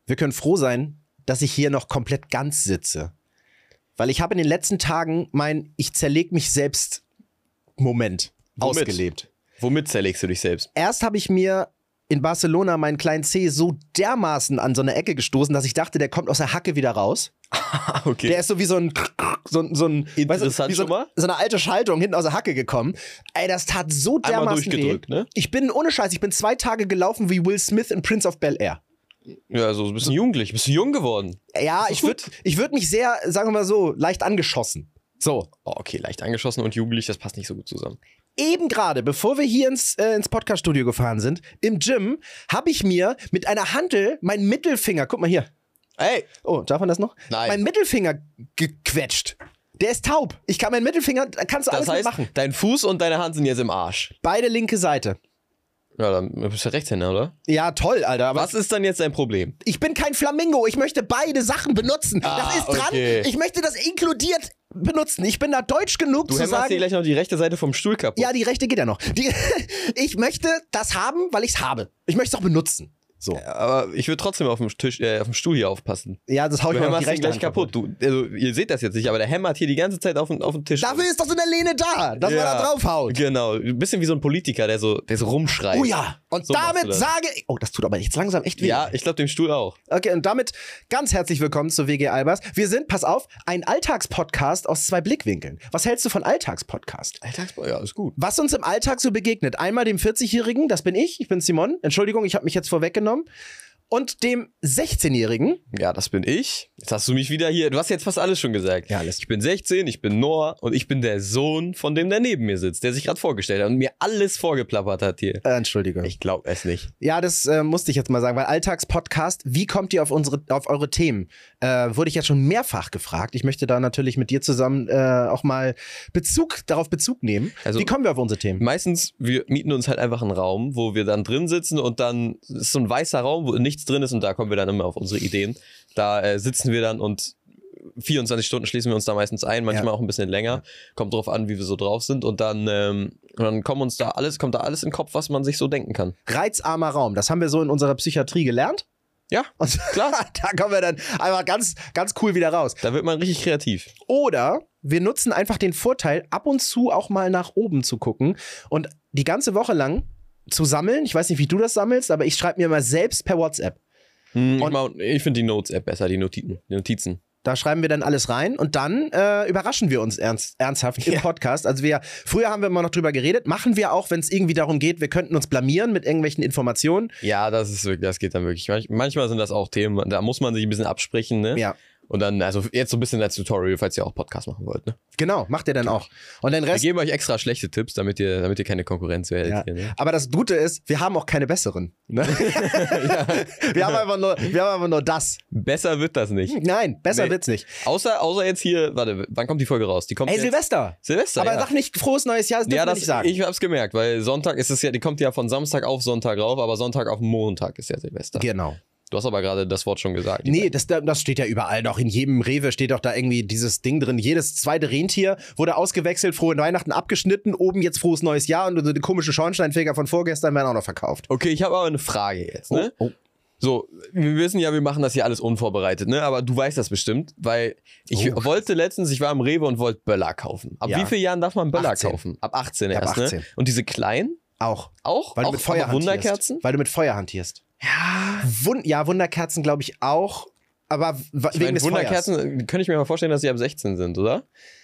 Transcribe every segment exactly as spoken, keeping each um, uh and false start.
Wir können froh sein, dass ich hier noch komplett ganz sitze. Weil ich habe in den letzten Tagen mein Ich zerleg mich selbst Moment Womit? ausgelebt. Womit zerlegst du dich selbst? Erst habe ich mir in Barcelona meinen kleinen Zeh so dermaßen an so eine Ecke gestoßen, dass ich dachte, der kommt aus der Hacke wieder raus. Okay. Der ist so wie so ein, so, so ein Interessant weißt du, wie so, schon mal. so eine alte Schaltung hinten aus der Hacke gekommen. Ey, das tat so Einmal dermaßen durchgedrückt, weh. ne? Ich bin, ohne Scheiß, ich bin zwei Tage gelaufen wie Will Smith in Prince of Bel-Air. Ja, also ein bisschen jugendlich, bist du jung geworden. Ja, ich würde ich würd mich sehr, sagen wir mal so, leicht angeschossen. So. Oh, okay, leicht angeschossen und jugendlich, das passt nicht so gut zusammen. Eben gerade, bevor wir hier ins, äh, ins Podcast-Studio gefahren sind, im Gym, habe ich mir mit einer Hantel meinen Mittelfinger, guck mal hier. Ey! Oh, darf man das noch? Nein. Mein Mittelfinger gequetscht. Der ist taub. Ich kann meinen Mittelfinger, da kannst du Das alles heißt, mitmachen. dein Fuß und deine Hand sind jetzt im Arsch. Beide linke Seite. Ja, dann bist du Rechtshänder, oder? Ja, toll, Alter. Aber Was ist dann jetzt dein Problem? ich bin kein Flamingo. Ich möchte beide Sachen benutzen. Ah, das ist dran. okay. Ich möchte das inkludiert benutzen. Ich bin da deutsch genug Du zu hämmerst dir sagen. gleich noch die rechte Seite vom Stuhl kaputt. Ja, die rechte geht ja noch. Die, ich möchte das haben, weil ich es habe. Ich möchte es auch benutzen. So. Aber ich würde trotzdem auf dem, Tisch, äh, auf dem Stuhl hier aufpassen. Ja, das hau ich Du mir auf die hämmerst ihn rechte gleich Hand kaputt. Du, also, ihr seht das jetzt nicht, aber der hämmert hier die ganze Zeit auf den, auf den Tisch. Dafür ist doch so eine Lehne da, dass man da draufhaut. Genau, ein bisschen wie so ein Politiker, der so, der so rumschreit. Oh ja. Und So machst damit du das. sage ich. Oh, das tut aber jetzt langsam echt weh. Ja, ich glaube dem Stuhl auch. Okay, und damit ganz herzlich willkommen zu W G Albers. Wir sind, pass auf, ein Alltagspodcast aus zwei Blickwinkeln. Was hältst du von Alltagspodcast? Alltagsbau, ja, ist gut. Was uns im Alltag so begegnet. Einmal dem vierzigjährigen, das bin ich, ich bin Simon. Entschuldigung, ich habe mich jetzt vorweggenommen. Und dem sechzehnjährigen. Ja, das bin ich. Jetzt hast du mich wieder hier. Du hast jetzt fast alles schon gesagt. Ja, alles. Ich bin sechzehn, ich bin Noah und ich bin der Sohn von dem, der neben mir sitzt, der sich gerade vorgestellt hat und mir alles vorgeplappert hat hier. Äh, Entschuldigung. Ich glaube es nicht. Ja, das äh, musste ich jetzt mal sagen, weil Alltagspodcast, wie kommt ihr auf unsere, auf eure Themen? Äh, wurde ich jetzt schon mehrfach gefragt. Ich möchte da natürlich mit dir zusammen äh, auch mal Bezug, darauf Bezug nehmen. Also- wie kommen wir auf unsere Themen? Meistens, wir mieten uns halt einfach einen Raum, wo wir dann drin sitzen und dann ist so ein weißer Raum, wo nichts drin ist und da kommen wir dann immer auf unsere Ideen. Da äh, sitzen wir dann und vierundzwanzig Stunden schließen wir uns da meistens ein, manchmal Ja. auch ein bisschen länger. Kommt drauf an, wie wir so drauf sind und dann, ähm, und dann kommen uns da alles, kommt da alles in den Kopf, was man sich so denken kann. Reizarmer Raum, das haben wir so in unserer Psychiatrie gelernt. Ja, Und klar. da kommen wir dann einfach ganz, ganz cool wieder raus. Da wird man richtig kreativ. Oder wir nutzen einfach den Vorteil, ab und zu auch mal nach oben zu gucken und die ganze Woche lang zu sammeln. Ich weiß nicht, wie du das sammelst, aber ich schreibe mir mal selbst per WhatsApp. Hm, ich Und- mach- ich finde die Notes-App besser, die Notizen. Die Notizen. Da schreiben wir dann alles rein und dann äh, überraschen wir uns ernst, ernsthaft im Ja. Podcast. Also wir, früher haben wir immer noch drüber geredet, machen wir auch, wenn es irgendwie darum geht, wir könnten uns blamieren mit irgendwelchen Informationen. Ja, das ist wirklich, das geht dann wirklich. Manch, manchmal sind das auch Themen, da muss man sich ein bisschen absprechen, ne? Ja, Und dann, also jetzt so ein bisschen als Tutorial, falls ihr auch Podcast machen wollt, ne? genau, macht ihr dann auch. Und den Wir Rest. geben euch extra schlechte Tipps, damit ihr, damit ihr keine Konkurrenz werdet. Ja. Hier, ne? Aber das Gute ist, wir haben auch keine besseren. Ne? wir, haben einfach nur, wir haben einfach nur das. Besser wird das nicht. Nein, besser Nee. wird's nicht. Außer, außer jetzt hier, warte, wann kommt die Folge raus? Die kommt Ey, jetzt, Silvester. Silvester. Aber ja. sag nicht frohes neues Jahr, das dürfen Ja, wir das, nicht sagen. ich hab's gemerkt, weil Sonntag ist es ja, die kommt ja von Samstag auf Sonntag rauf, aber Sonntag auf Montag ist ja Silvester. Genau. Du hast aber gerade das Wort schon gesagt. Nee, das, das steht ja überall noch. In jedem Rewe steht doch da irgendwie dieses Ding drin. Jedes zweite Rentier wurde ausgewechselt, frohe Weihnachten abgeschnitten, oben jetzt frohes neues Jahr und die komischen Schornsteinfeger von vorgestern werden auch noch verkauft. Okay, ich habe aber eine Frage jetzt, ne? Oh, oh. So, wir wissen ja, wir machen das hier alles unvorbereitet, ne? Aber du weißt das bestimmt, weil ich Oh. wollte letztens, ich war im Rewe und wollte Böller kaufen. Ab Ja. wie vielen Jahren darf man Böller achtzehn. kaufen? Ab achtzehn Ab erst, achtzehn. ne? Und diese kleinen? Auch. Auch? Weil du auch mit Feuer aber hantierst. Wunderkerzen? Weil du mit Feuer hantierst. Ja. Wund ja, Wunderkerzen glaube ich auch. Aber w- Ich wegen meine, des Feuers. Wunderkerzen, könnte ich mir mal vorstellen, dass sie ab sechzehn sind, oder?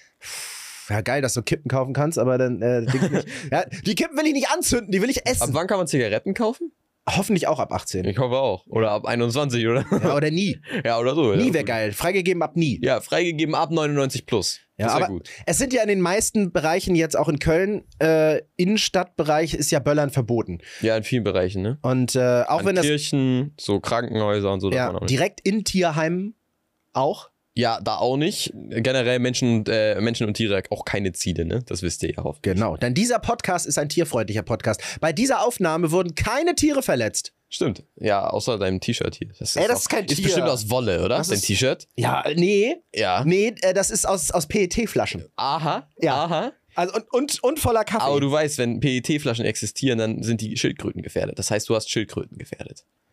Ja, geil, dass du Kippen kaufen kannst, aber dann äh, Dings nicht. Ja, die Kippen will ich nicht anzünden, die will ich Ab essen. wann kann man Zigaretten kaufen? Hoffentlich auch ab achtzehn. Ich hoffe auch. Oder ab einundzwanzig, oder? Ja, oder nie. Ja, oder so. Nie ja. wäre geil. Freigegeben ab nie. Ja, freigegeben ab neunundneunzig plus. Ja, das wäre aber gut. es sind ja in den meisten Bereichen jetzt auch in Köln, äh, Innenstadtbereich ist ja Böllern verboten. Ja, in vielen Bereichen, ne? Und äh, auch An wenn das Kirchen, so Krankenhäuser und so. darf ja, man auch nicht. direkt in Tierheimen auch. Ja, da auch nicht. Generell Menschen und, äh, Menschen und Tiere auch keine Ziele, ne? Das wisst ihr ja hoffentlich. Genau, denn dieser Podcast ist ein tierfreundlicher Podcast. Bei dieser Aufnahme wurden keine Tiere verletzt. Stimmt. Ja, außer deinem T-Shirt hier. Das Ey, das auch- ist kein Ist Tier. bestimmt aus Wolle, oder? Das Dein ist- T-Shirt? Ja, nee, Ja. nee, äh, das ist aus, aus P E T-Flaschen. Aha. Ja. Aha. Also und, und, und voller Kaffee. Aber du weißt, wenn P E T-Flaschen existieren, dann sind die Schildkröten gefährdet. Das heißt, du hast Schildkröten gefährdet.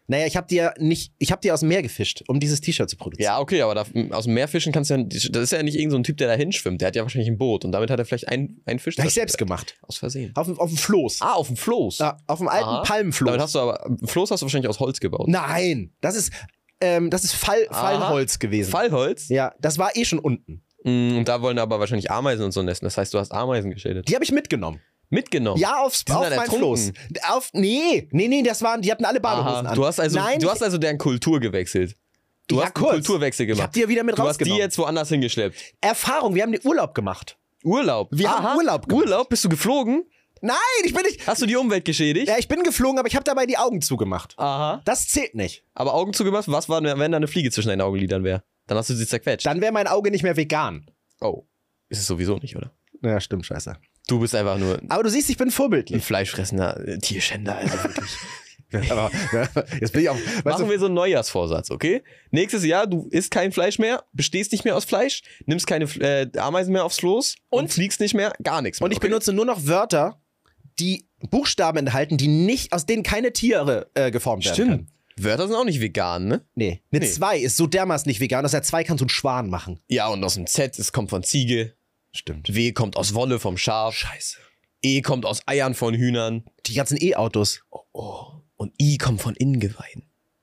Naja, ich habe dir nicht, ich habe dir aus dem Meer gefischt, um dieses T-Shirt zu produzieren. Ja, okay, aber da, aus dem Meer fischen kannst du ja, das ist ja nicht irgend so ein Typ, der da hinschwimmt. Der hat ja wahrscheinlich ein Boot und damit hat er vielleicht einen, einen Fisch. Das habe ich selbst gemacht. Aus Versehen. Auf, dem- auf dem Floß. Ah, auf dem Floß. Ja, auf dem alten Aha. Palmenfloß. Damit hast du aber, Floß hast du wahrscheinlich aus Holz gebaut. Nein, das ist, ähm, das ist Fall, Aha. Fallholz gewesen. Fallholz? Ja, das war eh schon unten. Mm, Und da wollen aber wahrscheinlich Ameisen und so nesten. Das heißt, du hast Ameisen geschädigt. Die habe ich mitgenommen. Mitgenommen? Ja, aufs, Die sind auf dann mein ertrunken. Floß. Auf, nee, nee, nee, das waren, die hatten alle Badehosen Aha. an. Du hast also, Nein, du hast also deren Kultur gewechselt. Du Ja, hast einen kurz. Kulturwechsel ich gemacht. hab die ja wieder mit Du hast die rausgenommen. jetzt woanders hingeschleppt. Erfahrung, wir haben den Urlaub gemacht. Urlaub. Wir haben Urlaub gemacht. Urlaub? Bist du geflogen? Nein, ich bin nicht. Hast du die Umwelt geschädigt? Ja, ich bin geflogen, aber ich habe dabei die Augen zugemacht. Aha. Das zählt nicht. Aber Augen zugemacht? Was war, wenn da eine Fliege zwischen deinen Augenlidern wäre? Dann hast du sie zerquetscht. Dann wäre mein Auge nicht mehr vegan. Oh. Ist es sowieso nicht, oder? Ja, stimmt, scheiße. Du bist einfach nur Aber du siehst, ich bin ein vorbildlich. fleischfressender äh, Tierschänder. Also wirklich. aber, jetzt bin ich auch. Weißt Machen du, wir so einen Neujahrsvorsatz, okay? Nächstes Jahr, du isst kein Fleisch mehr, bestehst nicht mehr aus Fleisch, nimmst keine äh, Ameisen mehr aufs Floß und, Und? fliegst nicht mehr, gar nichts mehr. und ich okay? benutze nur noch Wörter, die Buchstaben enthalten, die nicht, aus denen keine Tiere äh, geformt werden Stimmt. können. Wörter sind auch nicht vegan, ne? Nee. Eine Nee. zwei ist so dermaßen nicht vegan, dass er zwei kannst du einen Schwan machen. Ja, und aus dem Z, es kommt von Ziege. Stimmt. W kommt aus Wolle vom Schaf. Scheiße. E kommt aus Eiern von Hühnern. Die ganzen E-Autos. Oh. Und I kommt von Ingeweiden.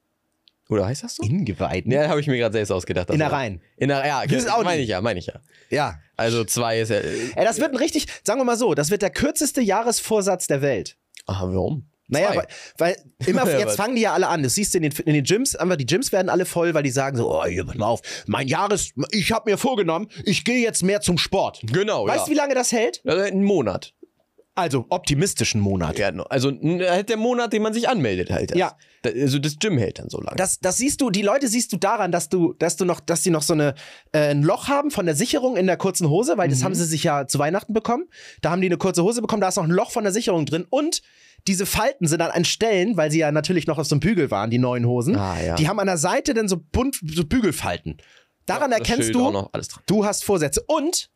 Oder heißt das so? Ingeweiden. Ja, habe ich mir gerade selbst ausgedacht. Das war- Innereien. Inner, ja, Das ist auch meine nicht. ich ja, meine ich ja. Ja. Also zwei ist ja. Ey, das wird ein richtig, sagen wir mal so, das wird der kürzeste Jahresvorsatz der Welt. Aha, warum? Naja, Zwei. weil, weil immer, Ja, jetzt was? fangen die ja alle an. Das siehst du in den, in den Gyms, einfach die Gyms werden alle voll, weil die sagen so, oh, hier, pass mal auf, mein Jahres, ich habe mir vorgenommen, ich gehe jetzt mehr zum Sport. Genau, Weißt du, ja. wie lange das hält? Also ein Monat. Also optimistischen Monat. Ja, also n- halt der Monat, den man sich anmeldet halt. Das. Ja. Da- Also das Gym hält dann so lange. Das, das siehst du, die Leute siehst du daran, dass du, dass du noch, dass sie noch so eine, äh, ein Loch haben von der Sicherung in der kurzen Hose, weil das Mhm. haben sie sich ja zu Weihnachten bekommen. Da haben die eine kurze Hose bekommen, da ist noch ein Loch von der Sicherung drin und diese Falten sind dann an Stellen, weil sie ja natürlich noch auf so einem Bügel waren, die neuen Hosen. Ah, ja. Die haben an der Seite dann so bunt, so Bügelfalten. Daran Das erkennst Schild du, auch noch alles dran. du hast Vorsätze. Und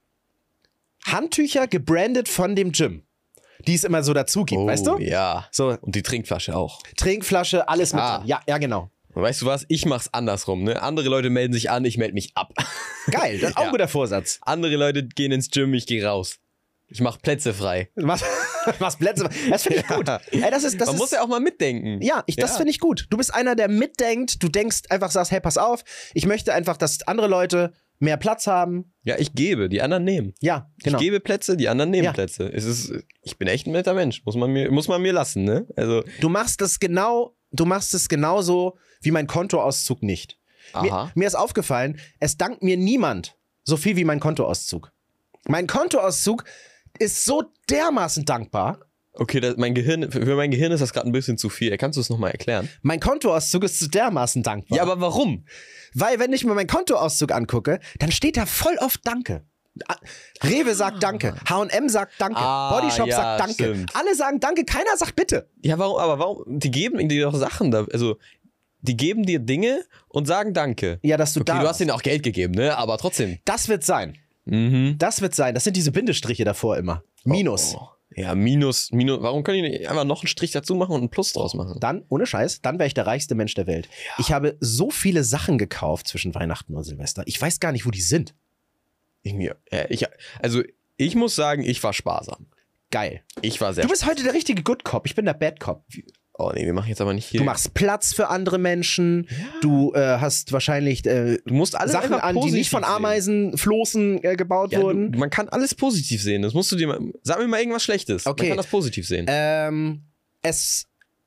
Handtücher gebrandet von dem Gym, die es immer so dazu gibt, Oh, weißt du? Ja. So Und die Trinkflasche auch. Trinkflasche, alles mit Ah. drin. Ja, ja, genau. Und weißt du was? Ich mach's andersrum, ne? Andere Leute melden sich an, ich melde mich ab. Geil, das ist auch ein Ja. guter Vorsatz. Andere Leute gehen ins Gym, ich gehe raus. Ich mach Plätze frei. Du machst, machst Plätze. Das finde ich gut. Ey, das ist, das Man ist, muss ja auch mal mitdenken. ja, ich, das Ja. finde ich gut. Du bist einer, der mitdenkt. Du denkst einfach, sagst, hey, pass auf, ich möchte einfach, dass andere Leute mehr Platz haben. Ja, ich gebe, die anderen nehmen. Ja, genau. Ich gebe Plätze, die anderen nehmen Ja. Plätze. Es ist, ich bin echt ein netter Mensch, muss man mir, muss man mir lassen, ne? Also, Du machst das genau, du machst es genauso wie mein Kontoauszug nicht. Mir, aha. mir ist aufgefallen, es dankt mir niemand so viel wie mein Kontoauszug. Mein Kontoauszug ist so dermaßen dankbar. Okay, das, mein Gehirn, für für mein Gehirn ist das gerade ein bisschen zu viel. Kannst du es nochmal erklären? Mein Kontoauszug ist so dermaßen dankbar. Ja, aber warum? Weil, wenn ich mir meinen Kontoauszug angucke, dann steht da voll oft Danke. Ah, Rewe sagt Danke, H und M sagt Danke, Ah, Bodyshop ja, sagt Danke. stimmt. Alle sagen Danke, keiner sagt Bitte. Ja, warum, aber warum? Die geben dir doch Sachen da. Also, die geben dir Dinge und sagen Danke. Ja, dass du Okay, da du hast warst. ihnen auch Geld gegeben, ne? Aber trotzdem. Das wird sein. Mhm. Das wird sein. Das sind diese Bindestriche davor immer. Minus. Oh, oh. Ja, Minus, Minus. Warum können die nicht einfach noch einen Strich dazu machen und einen Plus draus machen? Dann, ohne Scheiß, dann wäre ich der reichste Mensch der Welt. Ich habe so viele Sachen gekauft zwischen Weihnachten und Silvester. Ich weiß gar nicht, wo die sind. Irgendwie, ja, ich, also, ich muss sagen, ich war sparsam. Geil. Ich war sehr. Du bist heute der richtige Good Cop. Ich bin der Bad Cop. Oh nee, wir machen jetzt aber nicht hier. Du machst Platz für andere Menschen. Du äh, hast wahrscheinlich äh, Du musst alles Sachen einfach an, die nicht von positiv sehen. Ameisenflossen äh, gebaut Ja, wurden. du, man kann alles positiv sehen. Das musst du dir mal. Sag mir mal irgendwas Schlechtes. Okay. Man kann das positiv sehen. Ähm, es,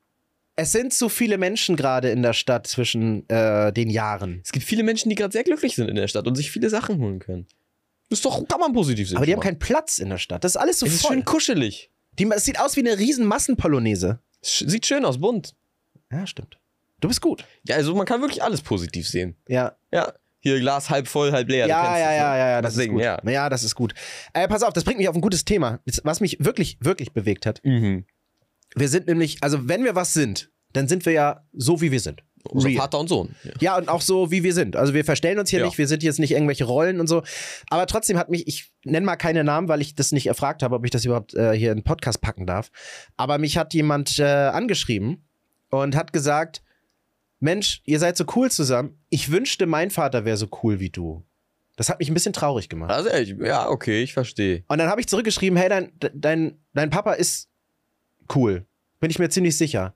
es sind zu viele Menschen gerade in der Stadt zwischen äh, den Jahren. Es gibt viele Menschen, die gerade sehr glücklich sind in der Stadt und sich viele Sachen holen können. Das ist doch, kann man positiv sehen. Aber die haben keinen Platz in der Stadt. Das ist alles so Es ist voll. schön kuschelig. Die, es sieht aus wie eine riesen Massenpolonaise. Es sieht schön aus, bunt. Ja, stimmt. Du bist gut. Ja, also man kann wirklich alles positiv sehen. Ja. Ja. Hier Glas halb voll, halb leer. du Ja, kennst ja, es, ja, ne? ja, ja, das Deswegen, ist ja. gut. Ja, das ist gut. Äh, pass auf, das bringt mich auf ein gutes Thema, was mich wirklich, wirklich bewegt hat. Mhm. Wir sind nämlich, also wenn wir was sind, dann sind wir ja so, wie wir sind. Unser Real. Vater und Sohn. Ja. Ja, und auch so, wie wir sind. Also wir verstellen uns hier Ja. nicht, wir sind jetzt nicht irgendwelche Rollen und so. Aber trotzdem hat mich, ich nenne mal keine Namen, weil ich das nicht erfragt habe, ob ich das überhaupt äh, hier in den Podcast packen darf. Aber mich hat jemand äh, angeschrieben und hat gesagt, Mensch, ihr seid so cool zusammen. Ich wünschte, mein Vater wäre so cool wie du. Das hat mich ein bisschen traurig gemacht. Also, ja, okay, ich verstehe. Und dann habe ich zurückgeschrieben, hey, dein, dein, dein Papa ist cool. Bin ich mir ziemlich sicher.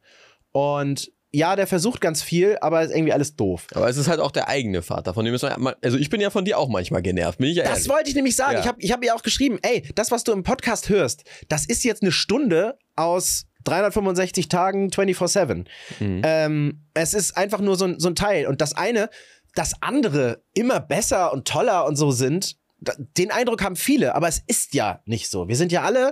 Und ja, der versucht ganz viel, aber ist irgendwie alles doof. Aber es ist halt auch der eigene Vater, von dem ist man, also ich bin ja von dir auch manchmal genervt, bin ich ja ehrlich. Das wollte ich nämlich sagen. Ja. Ich habe ich hab ihr auch geschrieben, ey, das, was du im Podcast hörst, das ist jetzt eine Stunde aus dreihundertfünfundsechzig Tagen vierundzwanzig sieben. Mhm. Ähm, es ist einfach nur so ein, so ein Teil. Und das eine, dass andere immer besser und toller und so sind, den Eindruck haben viele, aber es ist ja nicht so. Wir sind ja alle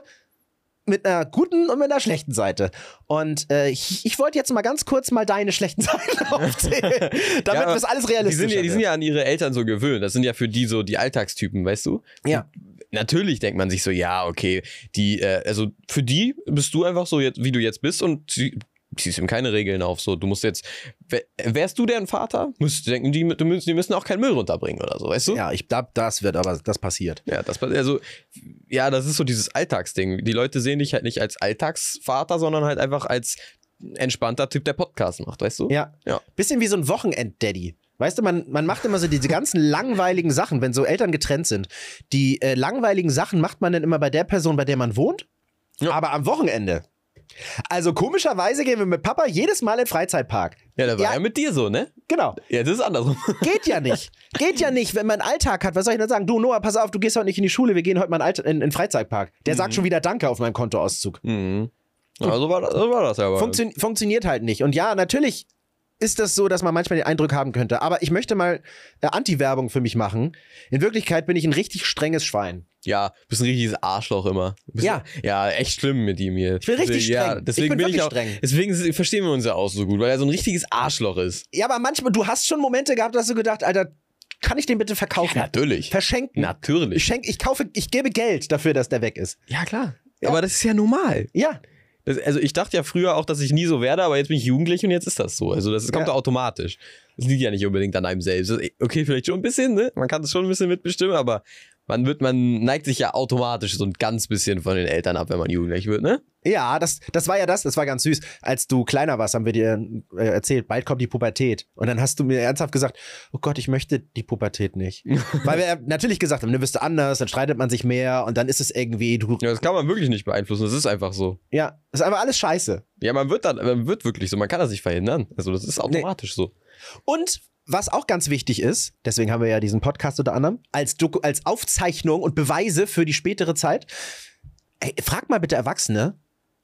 mit einer guten und mit einer schlechten Seite. Und äh, ich, ich wollte jetzt mal ganz kurz mal deine schlechten Seiten aufzählen, damit ja, das alles realistisch ist. Die, die sind ja an ihre Eltern so gewöhnt. Das sind ja für die so die Alltagstypen, weißt du? Ja. Natürlich denkt man sich so, ja, okay, die, äh, also für die bist du einfach so, jetzt, wie du jetzt bist und sie ziehst ihm keine Regeln auf. So, du musst jetzt, wärst du deren Vater, musst du denken, die, die müssen auch keinen Müll runterbringen oder so, weißt du? Ja, ich glaube, das wird aber, das passiert. Ja, das also, ja, das ist so dieses Alltagsding. Die Leute sehen dich halt nicht als Alltagsvater, sondern halt einfach als entspannter Typ, der Podcast macht, weißt du? Ja. ja. Bisschen wie so ein Wochenend-Daddy. Weißt du, man, man macht immer so diese ganzen langweiligen Sachen, wenn so Eltern getrennt sind. Die äh, langweiligen Sachen macht man dann immer bei der Person, bei der man wohnt, ja. aber am Wochenende. Also komischerweise gehen wir mit Papa jedes Mal in den Freizeitpark. Ja, da war ja, ja mit dir so, ne? Genau. Ja, das ist andersrum. Geht ja nicht. Geht ja nicht, wenn man einen Alltag hat. Was soll ich denn sagen? Du, Noah, pass auf, du gehst heute nicht in die Schule, wir gehen heute mal in den in, in Freizeitpark. Der mhm. sagt schon wieder Danke auf meinem Kontoauszug. Mhm. Ja, so war das, so war das ja. Funktio- funktioniert halt nicht. Und ja, natürlich ist das so, dass man manchmal den Eindruck haben könnte. Aber ich möchte mal äh, Anti-Werbung für mich machen. In Wirklichkeit bin ich ein richtig strenges Schwein. Ja, bist ein richtiges Arschloch immer. Bist, ja. Ja, echt schlimm mit ihm hier. Ich bin richtig ja, streng. Deswegen ich bin, bin wirklich ich auch, streng. Deswegen verstehen wir uns ja auch so gut, weil er so ein richtiges Arschloch ist. Ja, aber manchmal, du hast schon Momente gehabt, dass du gedacht, Alter, kann ich den bitte verkaufen? Ja, natürlich. Verschenken. Natürlich. Ich, schenk, ich kaufe, ich gebe Geld dafür, dass der weg ist. Ja, klar. Ja. Aber das ist ja normal. Ja. Das, also ich dachte ja früher auch, dass ich nie so werde, aber jetzt bin ich jugendlich und jetzt ist das so. Also das kommt ja automatisch. Das liegt ja nicht unbedingt an einem selbst. Okay, vielleicht schon ein bisschen, ne? Man kann das schon ein bisschen mitbestimmen, aber man wird, man neigt sich ja automatisch so ein ganz bisschen von den Eltern ab, wenn man jugendlich wird, ne? Ja, das, das war ja das, das war ganz süß. Als du kleiner warst, haben wir dir äh, erzählt, bald kommt die Pubertät. Und dann hast du mir ernsthaft gesagt, oh Gott, ich möchte die Pubertät nicht. Weil wir natürlich gesagt haben, ne, wirst du anders, dann streitet man sich mehr und dann ist es irgendwie... Du, ja, das kann man wirklich nicht beeinflussen, das ist einfach so. Ja, das ist einfach alles scheiße. Ja, man wird dann, man wird wirklich so, man kann das nicht verhindern. Also das ist automatisch nee. so. Und was auch ganz wichtig ist, deswegen haben wir ja diesen Podcast unter anderem, als, Doku- als Aufzeichnung und Beweise für die spätere Zeit, ey, frag mal bitte Erwachsene,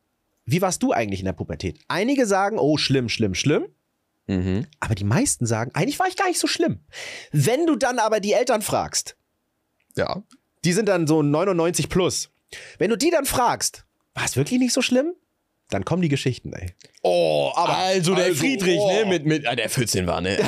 wie warst du eigentlich in der Pubertät? Einige sagen, oh, schlimm, schlimm, schlimm. Mhm. Aber die meisten sagen, eigentlich war ich gar nicht so schlimm. Wenn du dann aber die Eltern fragst, ja, die sind dann so neunundneunzig plus. Wenn du die dann fragst, war es wirklich nicht so schlimm? Dann kommen die Geschichten, ey. Oh, aber also der also, Friedrich, oh. ne, mit, mit, ah, der vierzehn war, ne?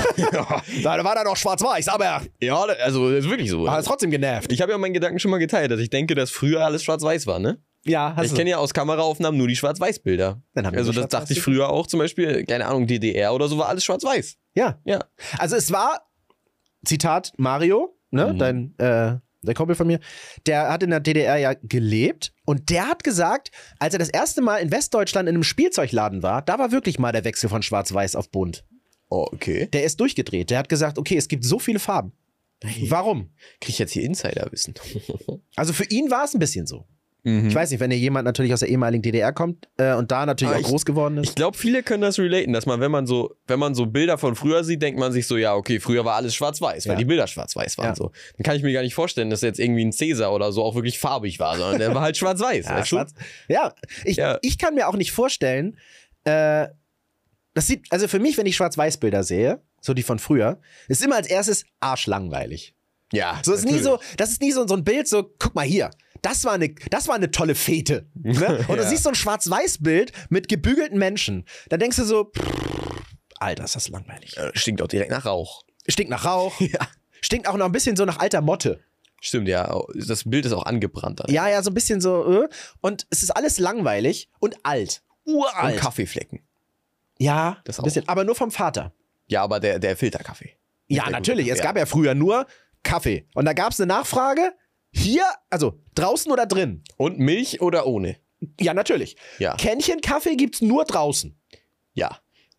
Da war er noch schwarz-weiß, aber... Ja, also das ist wirklich so. Aber ist trotzdem genervt. Ich habe ja meinen Gedanken schon mal geteilt, dass ich denke, dass früher alles schwarz-weiß war, ne? Ja, hast Ich kenne ja aus Kameraaufnahmen nur die Schwarz-Weiß-Bilder. Dann haben wir also so das dachte ich früher auch, zum Beispiel, keine Ahnung, D D R oder so, war alles schwarz-weiß. Ja. Ja. Also es war, Zitat Mario, ne, Mhm. dein, äh, der Kumpel von mir, der hat in der D D R ja gelebt und der hat gesagt, als er das erste Mal in Westdeutschland in einem Spielzeugladen war, da war wirklich mal der Wechsel von schwarz-weiß auf bunt. Oh, okay. Der ist durchgedreht. Der hat gesagt, okay, es gibt so viele Farben. Warum? Krieg ich jetzt hier Insiderwissen. Also für ihn war es ein bisschen so. Mhm. Ich weiß nicht, wenn ja jemand natürlich aus der ehemaligen D D R kommt äh, und da natürlich Aber auch ich- groß geworden ist. Ich glaube, viele können das relaten, dass man, wenn man so, wenn man so Bilder von früher sieht, denkt man sich so, ja, okay, früher war alles schwarz-weiß, weil Ja. die Bilder schwarz-weiß waren Ja. so. Dann kann ich mir gar nicht vorstellen, dass jetzt irgendwie ein Cäsar oder so auch wirklich farbig war, sondern der war halt schwarz-weiß. Ja, weißt du? schwarz. Ja, ich, Ja. ich kann mir auch nicht vorstellen, äh, das sieht, also für mich, wenn ich Schwarz-Weiß-Bilder sehe, so die von früher, ist immer als erstes arschlangweilig. Ja, So ist nie natürlich. so, das ist nie so, so ein Bild, so, guck mal hier, das war eine, das war eine tolle Fete. Ne? Und du Ja. siehst so ein Schwarz-Weiß-Bild mit gebügelten Menschen. Dann denkst du so, pff, Alter, ist das langweilig. Äh, Stinkt auch direkt nach Rauch. Stinkt nach Rauch, Ja. stinkt auch noch ein bisschen so nach alter Motte. Stimmt, ja. Das Bild ist auch angebrannt. Dann. Ja, ja, so ein bisschen so, äh. Und es ist alles langweilig und alt. Und Uralt. Kaffeeflecken. Ja, Das ein bisschen, aber nur vom Vater. Ja, aber der, der Filterkaffee. Ja, Der natürlich. gute Es Kaffee, gab ja früher nur Kaffee. Und da gab es eine Nachfrage. Hier, also draußen oder drin? Und Milch oder ohne? Ja, natürlich. Ja. Kännchen Kaffee gibt's nur draußen. Ja.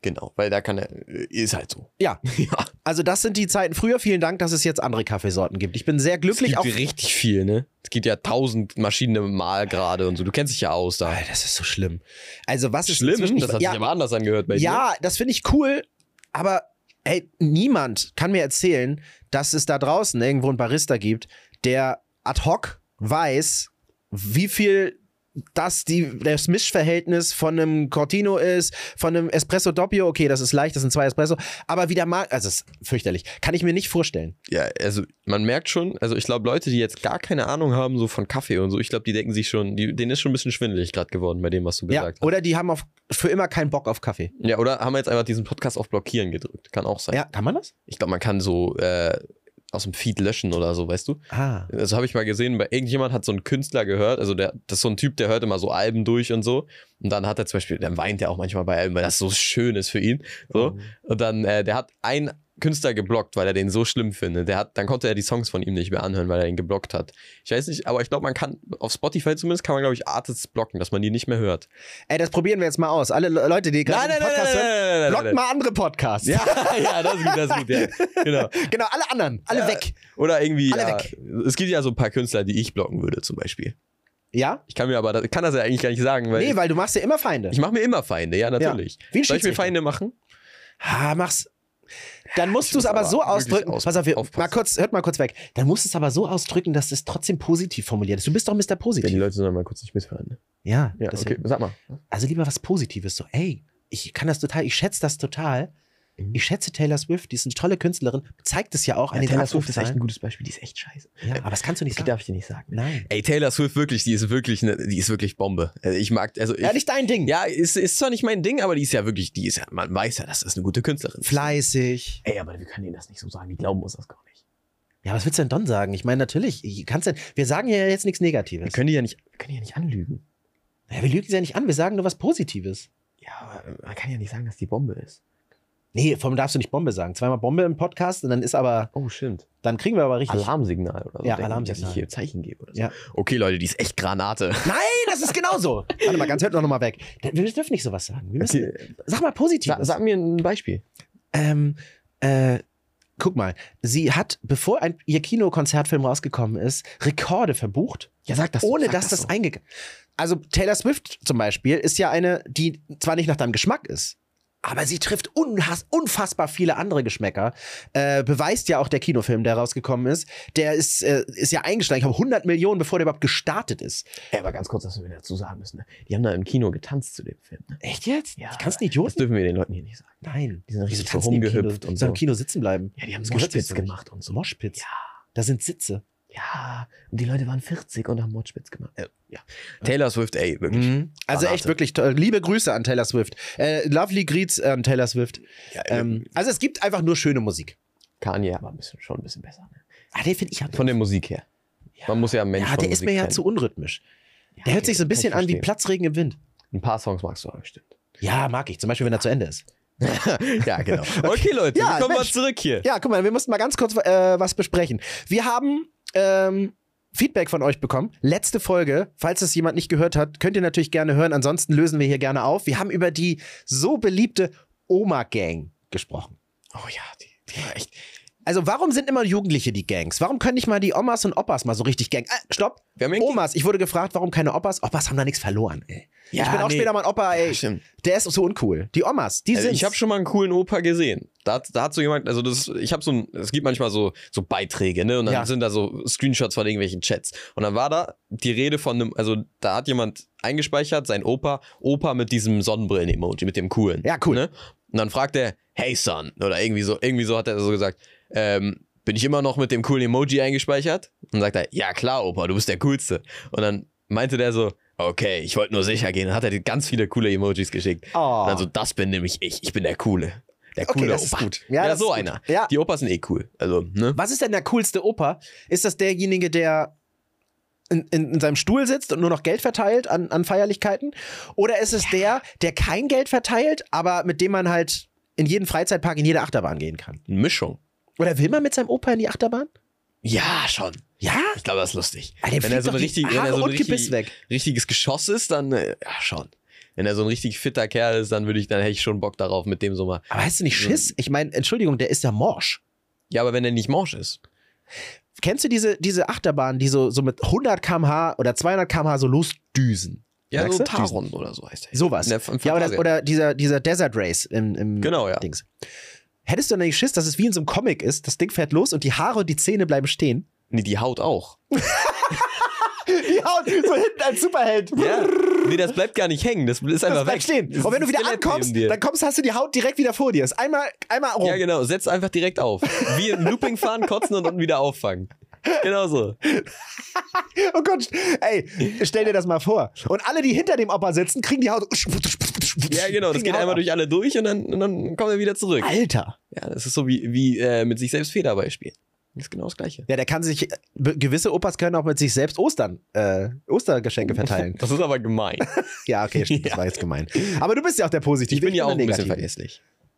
Genau, weil da kann er, ist halt so. Ja. Ja. Also das sind die Zeiten früher. Vielen Dank, dass es jetzt andere Kaffeesorten gibt. Ich bin sehr glücklich. Es gibt richtig viel, ne? Es gibt ja tausend Maschinen im Mahlgrade und so. Du kennst dich ja aus da. Alter, das ist so schlimm. Also was ist Schlimm? inzwischen- Das hat ja, sich aber anders angehört bei dir. Ja, das finde ich cool, aber ey, niemand kann mir erzählen, dass es da draußen irgendwo einen Barista gibt, der ad hoc weiß, wie viel das die, das Mischverhältnis von einem Cortino ist, von einem Espresso Doppio, okay, das ist leicht, das sind zwei Espresso, aber wie der Markt, also es ist fürchterlich, kann ich mir nicht vorstellen. Ja, also man merkt schon, also ich glaube, Leute, die jetzt gar keine Ahnung haben, so von Kaffee und so, ich glaube, die denken sich schon, die, denen ist schon ein bisschen schwindelig gerade geworden bei dem, was du Ja, gesagt hast. oder die haben auf, für immer keinen Bock auf Kaffee. Ja, oder haben wir jetzt einfach diesen Podcast auf Blockieren gedrückt. Kann auch sein. Ja, kann man das? Ich glaube, man kann so äh, aus dem Feed löschen oder so, weißt du? Ah. Das habe ich mal gesehen, bei irgendjemand hat so ein Künstler gehört, also der, das ist so ein Typ, der hört immer so Alben durch und so. Und dann hat er zum Beispiel, dann weint er auch manchmal bei Alben, weil das so schön ist für ihn. So. Oh. Und dann, äh, der hat einen Künstler geblockt, weil er den so schlimm findet. Der hat, dann konnte er die Songs von ihm nicht mehr anhören, weil er ihn geblockt hat. Ich weiß nicht, aber ich glaube, man kann, auf Spotify zumindest, kann man, glaube ich, Artists blocken, dass man die nicht mehr hört. Ey, das probieren wir jetzt mal aus. Alle Le- Leute, die gerade Nein, den nein, Podcast nein, nein, nein, hören, nein, blockt nein. mal andere Podcasts. Ja, ja, das ist gut, das ist gut, ja. Genau. Genau, alle anderen, alle Ja. weg. Oder irgendwie, Alle ja, weg. es gibt ja so ein paar Künstler, die ich blocken würde, zum Beispiel. Ja? Ich kann mir aber, das, kann das ja eigentlich gar nicht sagen, weil Nee, weil du machst ja immer Feinde. ich mache mir immer Feinde, ja, natürlich. Wie ein Soll ich mir Schiedsrichter. Feinde machen? Ha, mach's. Dann musst Ich du es muss aber aber so wirklich ausdrücken. aus- Pass auf, wir, aufpassen. mal kurz, hört mal kurz weg. Dann musst du es aber so ausdrücken, dass es trotzdem positiv formuliert ist. Du bist doch Mister Ja, die Positiv. Leute sollen mal kurz nicht mithören. Ne? Ja, Ja, deswegen. okay, sag mal. Also lieber was Positives. So, ey, ich kann das total, ich schätze das total. Mhm. Ich schätze Taylor Swift, die ist eine tolle Künstlerin. Zeigt es ja auch an den Abrufzahlen. gutes Beispiel, die ist echt scheiße. Ja, aber das kannst du nicht Das sagen. darf ich dir nicht sagen. Nein. Ey, Taylor Swift wirklich, die ist wirklich, ne, die ist wirklich Bombe. Also ich mag, also ich, Ja, nicht dein Ding. ja, ist, ist zwar nicht mein Ding, aber die ist ja wirklich, die ist ja, man weiß ja, das ist eine gute Künstlerin. Fleißig. Ey, aber wir können denen das nicht so sagen, die glauben uns das gar nicht. Ja, was willst du denn dann sagen? Ich meine, natürlich, ich- kannst denn, wir sagen ja jetzt nichts Wir Negatives. können die ja nicht, wir können die ja nicht anlügen. Ja, wir lügen sie ja nicht an, wir sagen nur was Positives. Ja, aber man kann ja nicht sagen, dass die Bombe ist. Nee, vor allem darfst du nicht Bombe sagen. Zweimal Bombe im Podcast und dann ist aber, Oh, stimmt. dann kriegen wir aber richtig. Alarmsignal oder so. Ja, denken die, Alarmsignal. Dass ich hier Zeichen gebe oder so. Ja. Okay, Leute, die ist echt Granate. Nein, das ist genauso. Warte mal, ganz hört noch mal weg. Wir dürfen nicht sowas sagen. Wir müssen, Okay. Sag mal Positives. Sa sag mir ein Beispiel. Ähm, äh, guck mal, sie hat, bevor ein, ihr Kinokonzertfilm rausgekommen ist, Rekorde verbucht, Ja, sag das. ohne sag dass das, so. eingegangen. Also Taylor Swift zum Beispiel ist ja eine, die zwar nicht nach deinem Geschmack ist, aber sie trifft unhass, unfassbar viele andere Geschmäcker. Äh, beweist ja auch der Kinofilm, der rausgekommen ist. Der ist, äh, ist ja eingestiegen, ich glaube hundert Millionen, bevor der überhaupt gestartet ist. Ey, aber ganz kurz, was wir dazu sagen müssen. Ne? Die haben da im Kino getanzt zu dem Film. Ne? Echt jetzt? Ja, ich kann's nicht Das Idioten. dürfen wir den Leuten hier nicht sagen. Nein. Die sind richtig Wieso so tanzen die im rumgehüpft Kino? und Die sollen so. im Kino sitzen bleiben. Ja, die haben Das gehört Moshpits sich so nicht. gemacht und so. Moshpits. Ja, Da sind Sitze. ja. Und die Leute waren vierzig und haben Moshpits gemacht. Äh, ja. Taylor Swift, ey, wirklich. Mhm. Also Granate. echt wirklich toll. Liebe Grüße an Taylor Swift. Äh, lovely Greets an Taylor Swift. Ja, Ähm, also es gibt einfach nur schöne Musik. Kanye aber ein bisschen, schon ein bisschen besser. Ne? Ah, den finde ich halt. Von der Musik her. Man muss ja ein Mensch Ja, von der ist Musik mir ja kennen. zu unrhythmisch. Ja, Der hört okay, sich so ein kann bisschen ich an wie verstehen. Platzregen im Wind. Ein paar Songs magst du aber bestimmt. Ja, mag ich. Zum Beispiel, wenn er zu Ende ist. Ja, genau. Okay, Leute, Ja, wir kommen Mensch. mal zurück hier. Ja, guck mal, wir mussten mal ganz kurz äh, was besprechen. Wir haben ähm, Feedback von euch bekommen. Letzte Folge, falls es jemand nicht gehört hat, könnt ihr natürlich gerne hören. Ansonsten lösen wir hier gerne auf. Wir haben über die so beliebte Oma-Gang gesprochen. Oh ja, die, die war echt. Also warum sind immer Jugendliche die Gangs? Warum können nicht mal die Omas und Opas mal so richtig Gang? Äh, stopp! Wir haben irgendwie- Omas, ich wurde gefragt, warum keine Opas? Opas haben da nichts verloren, ey. Ja, ich bin auch nee. später mal ein Opa, ey. Ja, stimmt. Der ist so uncool. Die Omas, die Also sind. ich habe schon mal einen coolen Opa gesehen. Da hat, da hat so jemand, also das, ich habe so ein, es gibt manchmal so, so Beiträge, ne? Und dann Ja. sind da so Screenshots von irgendwelchen Chats. Und dann war da die Rede von einem, also da hat jemand eingespeichert, sein Opa, Opa mit diesem Sonnenbrillen-Emoji, mit dem coolen. Ja, cool. Ne? Und dann fragt er, hey Son, oder irgendwie so, irgendwie so hat er so gesagt, ähm, bin ich immer noch mit dem coolen Emoji eingespeichert? Und dann sagt er, ja klar, Opa, du bist der Coolste. Und dann meinte der so, okay, ich wollte nur sicher gehen. Dann hat er dir ganz viele coole Emojis geschickt. Oh. Und dann so, das bin nämlich ich. Ich bin der Coole. Der Okay, coole das ist Opa. gut. Ja, Ja, das so ist gut. einer. Ja. Die Opas sind eh cool. Also, ne? Was ist denn der coolste Opa? Ist das derjenige, der in, in, in seinem Stuhl sitzt und nur noch Geld verteilt an, an Feierlichkeiten? Oder ist es der, der kein Geld verteilt, aber mit dem man halt in jeden Freizeitpark, in jede Achterbahn gehen kann? Eine Mischung. Oder will man mit seinem Opa in die Achterbahn? Ja, schon. Ja? Ich glaube, das ist lustig. Ah, dem wenn er fliegt so doch ein die richtig, wenn Haare er so ein und Gebiss richtig, weg. richtiges Geschoss ist, dann, äh, ja, schon. Wenn er so ein richtig fitter Kerl ist, dann würde ich, dann hätte ich schon Bock darauf, mit dem so mal. Aber hast du nicht Schiss? Ich meine, Entschuldigung, der ist ja morsch. Ja, aber wenn er nicht morsch ist. Kennst du diese, diese Achterbahn, die so, so mit hundert Kilometer pro Stunde oder zweihundert Kilometer pro Stunde so losdüsen? Ja, Merkst so du? Taron oder so heißt der. Sowas. Der, ja, oder, oder dieser, dieser Desert Race im, im genau, ja. Dings. Hättest du nicht Schiss, dass es wie in so einem Comic ist, das Ding fährt los und die Haare und die Zähne bleiben stehen? Nee, die Haut auch. Die Haut so hinten als Superheld. Ja. Nee, das bleibt gar nicht hängen. Das ist einfach Das bleibt weg. stehen. Das und wenn du ist wieder Skelett ankommst, neben dir. dann kommst, hast du die Haut direkt wieder vor dir. Ist einmal, einmal rum. Ja, genau. Setz einfach direkt auf. Wie im Looping fahren, kotzen und dann wieder auffangen. Genau so. Oh Gott, ey, stell dir das mal vor. Und alle, die hinter dem Opa sitzen, kriegen die Haut. Ja, genau. Das geht einmal durch alle durch und dann, und dann kommt er wieder zurück. Alter. Ja, das ist so wie, wie äh, mit sich selbst Federball spielen. Das ist genau das Gleiche. Ja, der kann sich, gewisse Opas können auch mit sich selbst Ostern, äh, Ostergeschenke verteilen. Das ist aber gemein. Ja, okay, stimmt, das Ja. war jetzt gemein. Aber du bist ja auch der Positive. Ich bin ja auch ein bisschen Negative. vergesslich.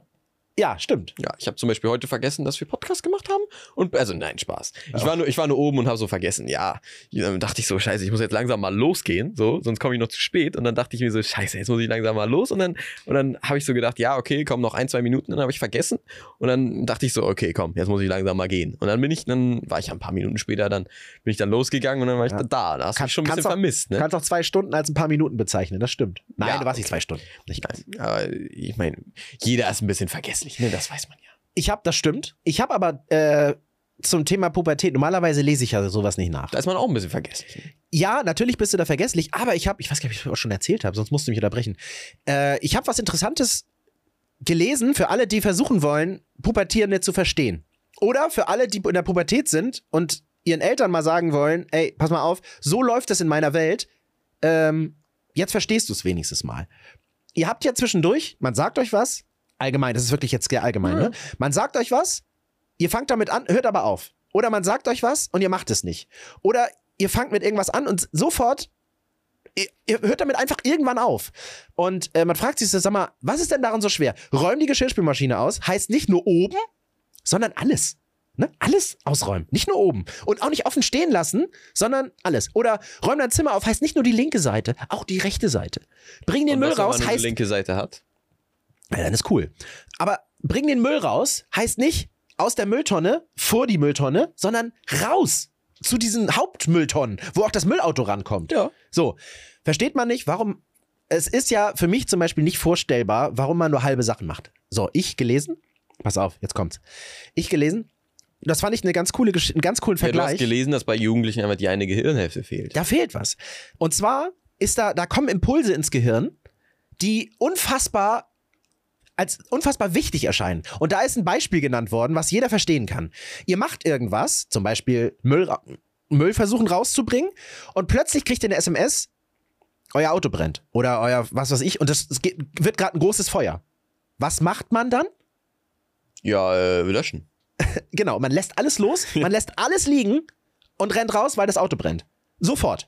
Ja, stimmt. Ja, ich habe zum Beispiel heute vergessen, dass wir Podcast gemacht haben. Und also nein, Spaß. Ich war nur, ich war nur oben und habe so vergessen. Ja, dann dachte ich so, scheiße, ich muss jetzt langsam mal losgehen, so, sonst komme ich noch zu spät. Und dann dachte ich mir so, scheiße, jetzt muss ich langsam mal los. Und dann, und dann habe ich so gedacht, ja, okay, komm, noch ein, zwei Minuten. Dann habe ich vergessen. Und dann dachte ich so, okay, komm, jetzt muss ich langsam mal gehen. Und dann bin ich, dann war ich ein paar Minuten später, dann bin ich dann losgegangen und dann war ich Ja. da. Da hast du Kann- mich schon ein bisschen kannst auch- vermisst, ne? Du kannst auch zwei Stunden als ein paar Minuten bezeichnen, das stimmt. Nein, Ja, du warst nicht okay. zwei Stunden. Nicht ganz. Nein, aber ich meine, jeder ist ein bisschen vergesslich, ne? Das weiß man ja. Ich habe, das stimmt. Ich habe aber äh, zum Thema Pubertät, normalerweise lese ich ja sowas nicht nach. Da ist man auch ein bisschen vergesslich. Ja, natürlich bist du da vergesslich, aber ich habe, ich weiß gar nicht, ob ich das auch schon erzählt habe, sonst musst du mich unterbrechen. Äh, ich habe was Interessantes gelesen für alle, die versuchen wollen, Pubertierende zu verstehen. Oder für alle, die in der Pubertät sind und ihren Eltern mal sagen wollen, ey, pass mal auf, so läuft es in meiner Welt. Ähm, jetzt verstehst du es wenigstens mal. Ihr habt ja zwischendurch, man sagt euch was, allgemein, das ist wirklich jetzt sehr allgemein, ne? Man sagt euch was, ihr fangt damit an, hört aber auf. Oder man sagt euch was und ihr macht es nicht. Oder ihr fangt mit irgendwas an und sofort, ihr, ihr hört damit einfach irgendwann auf. Und äh, man fragt sich so, sag mal, was ist denn daran so schwer? Räum die Geschirrspülmaschine aus, heißt nicht nur oben, sondern alles. Ne? Alles ausräumen, nicht nur oben. Und auch nicht offen stehen lassen, sondern alles. Oder räum dein Zimmer auf, heißt nicht nur die linke Seite, auch die rechte Seite. Bring den Und Müll was, wenn man raus, nur heißt... die linke Seite hat. Ja, dann ist cool. Aber bring den Müll raus, heißt nicht aus der Mülltonne vor die Mülltonne, sondern raus zu diesen Hauptmülltonnen, wo auch das Müllauto rankommt. Ja. So, versteht man nicht, warum... Es ist ja für mich zum Beispiel nicht vorstellbar, warum man nur halbe Sachen macht. So, ich gelesen... Pass auf, jetzt kommt's. Ich gelesen... Das fand ich eine ganz coole, Gesch- einen ganz coolen Ja, du hast Vergleich. gelesen, dass bei Jugendlichen einfach die eine Gehirnhälfte fehlt. Da fehlt was. Und zwar ist da, da kommen Impulse ins Gehirn, die unfassbar als unfassbar wichtig erscheinen. Und da ist ein Beispiel genannt worden, was jeder verstehen kann. Ihr macht irgendwas, zum Beispiel Müll, ra- Müll versuchen rauszubringen und plötzlich kriegt ihr eine S M S, euer Auto brennt oder euer was weiß ich und das, es geht, wird gerade ein großes Feuer. Was macht man dann? Ja, äh, wir löschen. Genau, man lässt alles los, man lässt alles liegen und rennt raus, weil das Auto brennt. Sofort.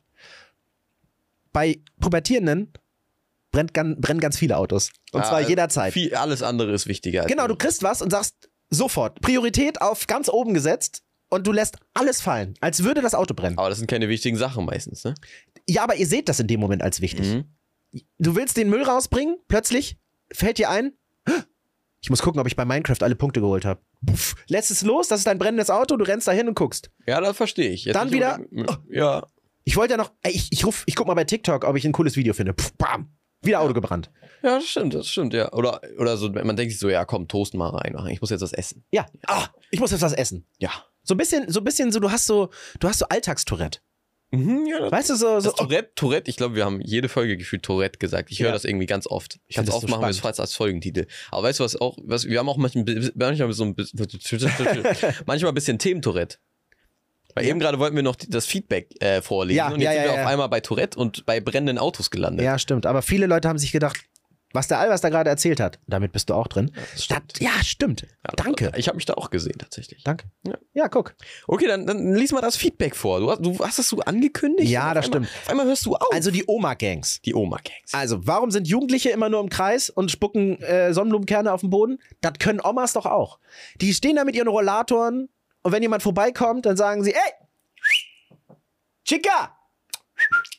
Bei Pubertierenden brennt gan, brennen ganz viele Autos. Und zwar Ja, jederzeit. Viel, alles andere ist wichtiger. als Genau, du Müll. kriegst was und sagst sofort. Priorität auf ganz oben gesetzt und du lässt alles fallen, als würde das Auto brennen. Aber das sind keine wichtigen Sachen meistens, ne? Ja, aber ihr seht das in dem Moment als wichtig. Mhm. Du willst den Müll rausbringen, plötzlich fällt dir ein, ich muss gucken, ob ich bei Minecraft alle Punkte geholt habe. Lässt es los, das ist dein brennendes Auto, du rennst da hin und guckst. Ja, das verstehe ich. Jetzt Dann nicht wieder- unbedingt- Ja. Ich wollte ja noch, ey, ich, ich, ruf, ich guck mal bei TikTok, ob ich ein cooles Video finde. Pff, bam, wieder Auto gebrannt. Ja, das stimmt, das stimmt, ja. Oder, oder so, man denkt sich so, ja, komm, Toast mal reinmachen. Ich muss jetzt was essen. Ja, ah, ich muss jetzt was essen. Ja. So ein bisschen, so ein bisschen so, du hast so, du hast so Alltagstourette. Mhm, ja, das, Weißt du, so, so das Tourette, Tourette, ich glaube, wir haben jede Folge gefühlt Tourette gesagt. Ich höre Ja. das irgendwie ganz oft. Ich Ganz find das oft so machen wir es spannend. fast als Folgentitel. Aber weißt du was auch, was, wir haben auch manchmal, manchmal so ein bisschen, manchmal ein bisschen Themen-Tourette. Weil Ja. eben gerade wollten wir noch die- das Feedback äh, vorlesen Ja, und jetzt ja, sind ja, wir ja. auf einmal bei Tourette und bei brennenden Autos gelandet. Ja, stimmt. Aber viele Leute haben sich gedacht, was der Albers da gerade erzählt hat, damit bist du auch drin. das stimmt. Das, ja, stimmt. Ja, Danke. Ich habe mich da auch gesehen, tatsächlich. Danke. Ja. Ja, guck. Okay, dann, dann lies mal das Feedback vor. Du hast, du hast das so angekündigt? Ja, und auf das einmal, stimmt. Auf einmal hörst du auf. Also die Oma-Gangs. die Oma-Gangs. Also, warum sind Jugendliche immer nur im Kreis und spucken äh, Sonnenblumenkerne auf den Boden? Das können Omas doch auch. Die stehen da mit ihren Rollatoren und wenn jemand vorbeikommt, dann sagen sie, ey, Chica,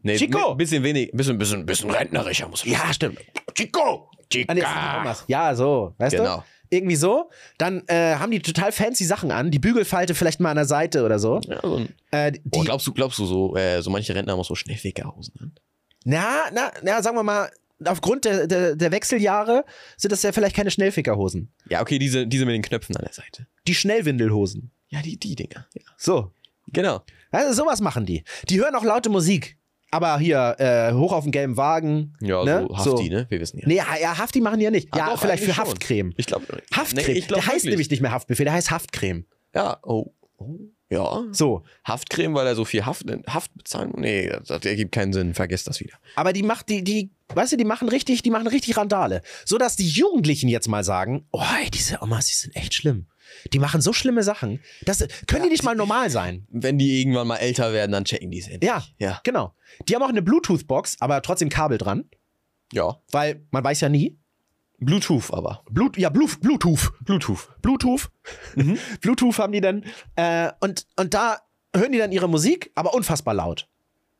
Nee, Chico! Ein bisschen wenig, bisschen, bisschen, bisschen rentnerischer muss man Ja, stimmt. Chico! Chica! Ah, nee, das sind die Omas. Ja, so, weißt Genau. du? Irgendwie so. Dann äh, haben die total fancy Sachen an. Die Bügelfalte vielleicht mal an der Seite oder so. Ja, so ein, Äh, die, oh, glaubst du, glaubst du so, äh, so manche Rentner haben auch so Schnellfickerhosen an? na, na, na, sagen wir mal, aufgrund der, der, der Wechseljahre sind das ja vielleicht keine Schnellfickerhosen. Ja, okay, diese, diese mit den Knöpfen an der Seite. Die Schnellwindelhosen. Ja, die, die Dinger. Ja. So. Genau. Also sowas machen die. Die hören auch laute Musik. Aber hier, äh, hoch auf dem gelben Wagen. Ja, ne? so Hafti, ne? Wir wissen ja. Nee, ja, Hafti machen die ja nicht. Ah, ja, doch, vielleicht für eigentlich schon. Haftcreme. Ich glaube. Haftcreme. Nee, ich glaub der heißt wirklich. nämlich nicht mehr Haftbefehl, der heißt Haftcreme. Ja, oh. oh. Ja. So. Haftcreme, weil er so viel Haft, Haft bezahlen. Nee, das ergibt keinen Sinn. Vergesst das wieder. Aber die macht, die, die, weißt du, die machen richtig, die machen richtig Randale. So dass die Jugendlichen jetzt mal sagen, oh, ey, diese Omas, die sind echt schlimm. Die machen so schlimme Sachen. Das, können die nicht mal normal sein? Wenn die irgendwann mal älter werden, dann checken die es endlich. Ja, Ja. genau. Die haben auch eine Bluetooth-Box, aber trotzdem Kabel dran. Ja. Weil man weiß ja nie. Bluetooth aber. Blut, ja, Blu Bluetooth. Bluetooth. Bluetooth. Mhm. Bluetooth haben die dann. Äh, und, und da hören die dann ihre Musik, aber unfassbar laut.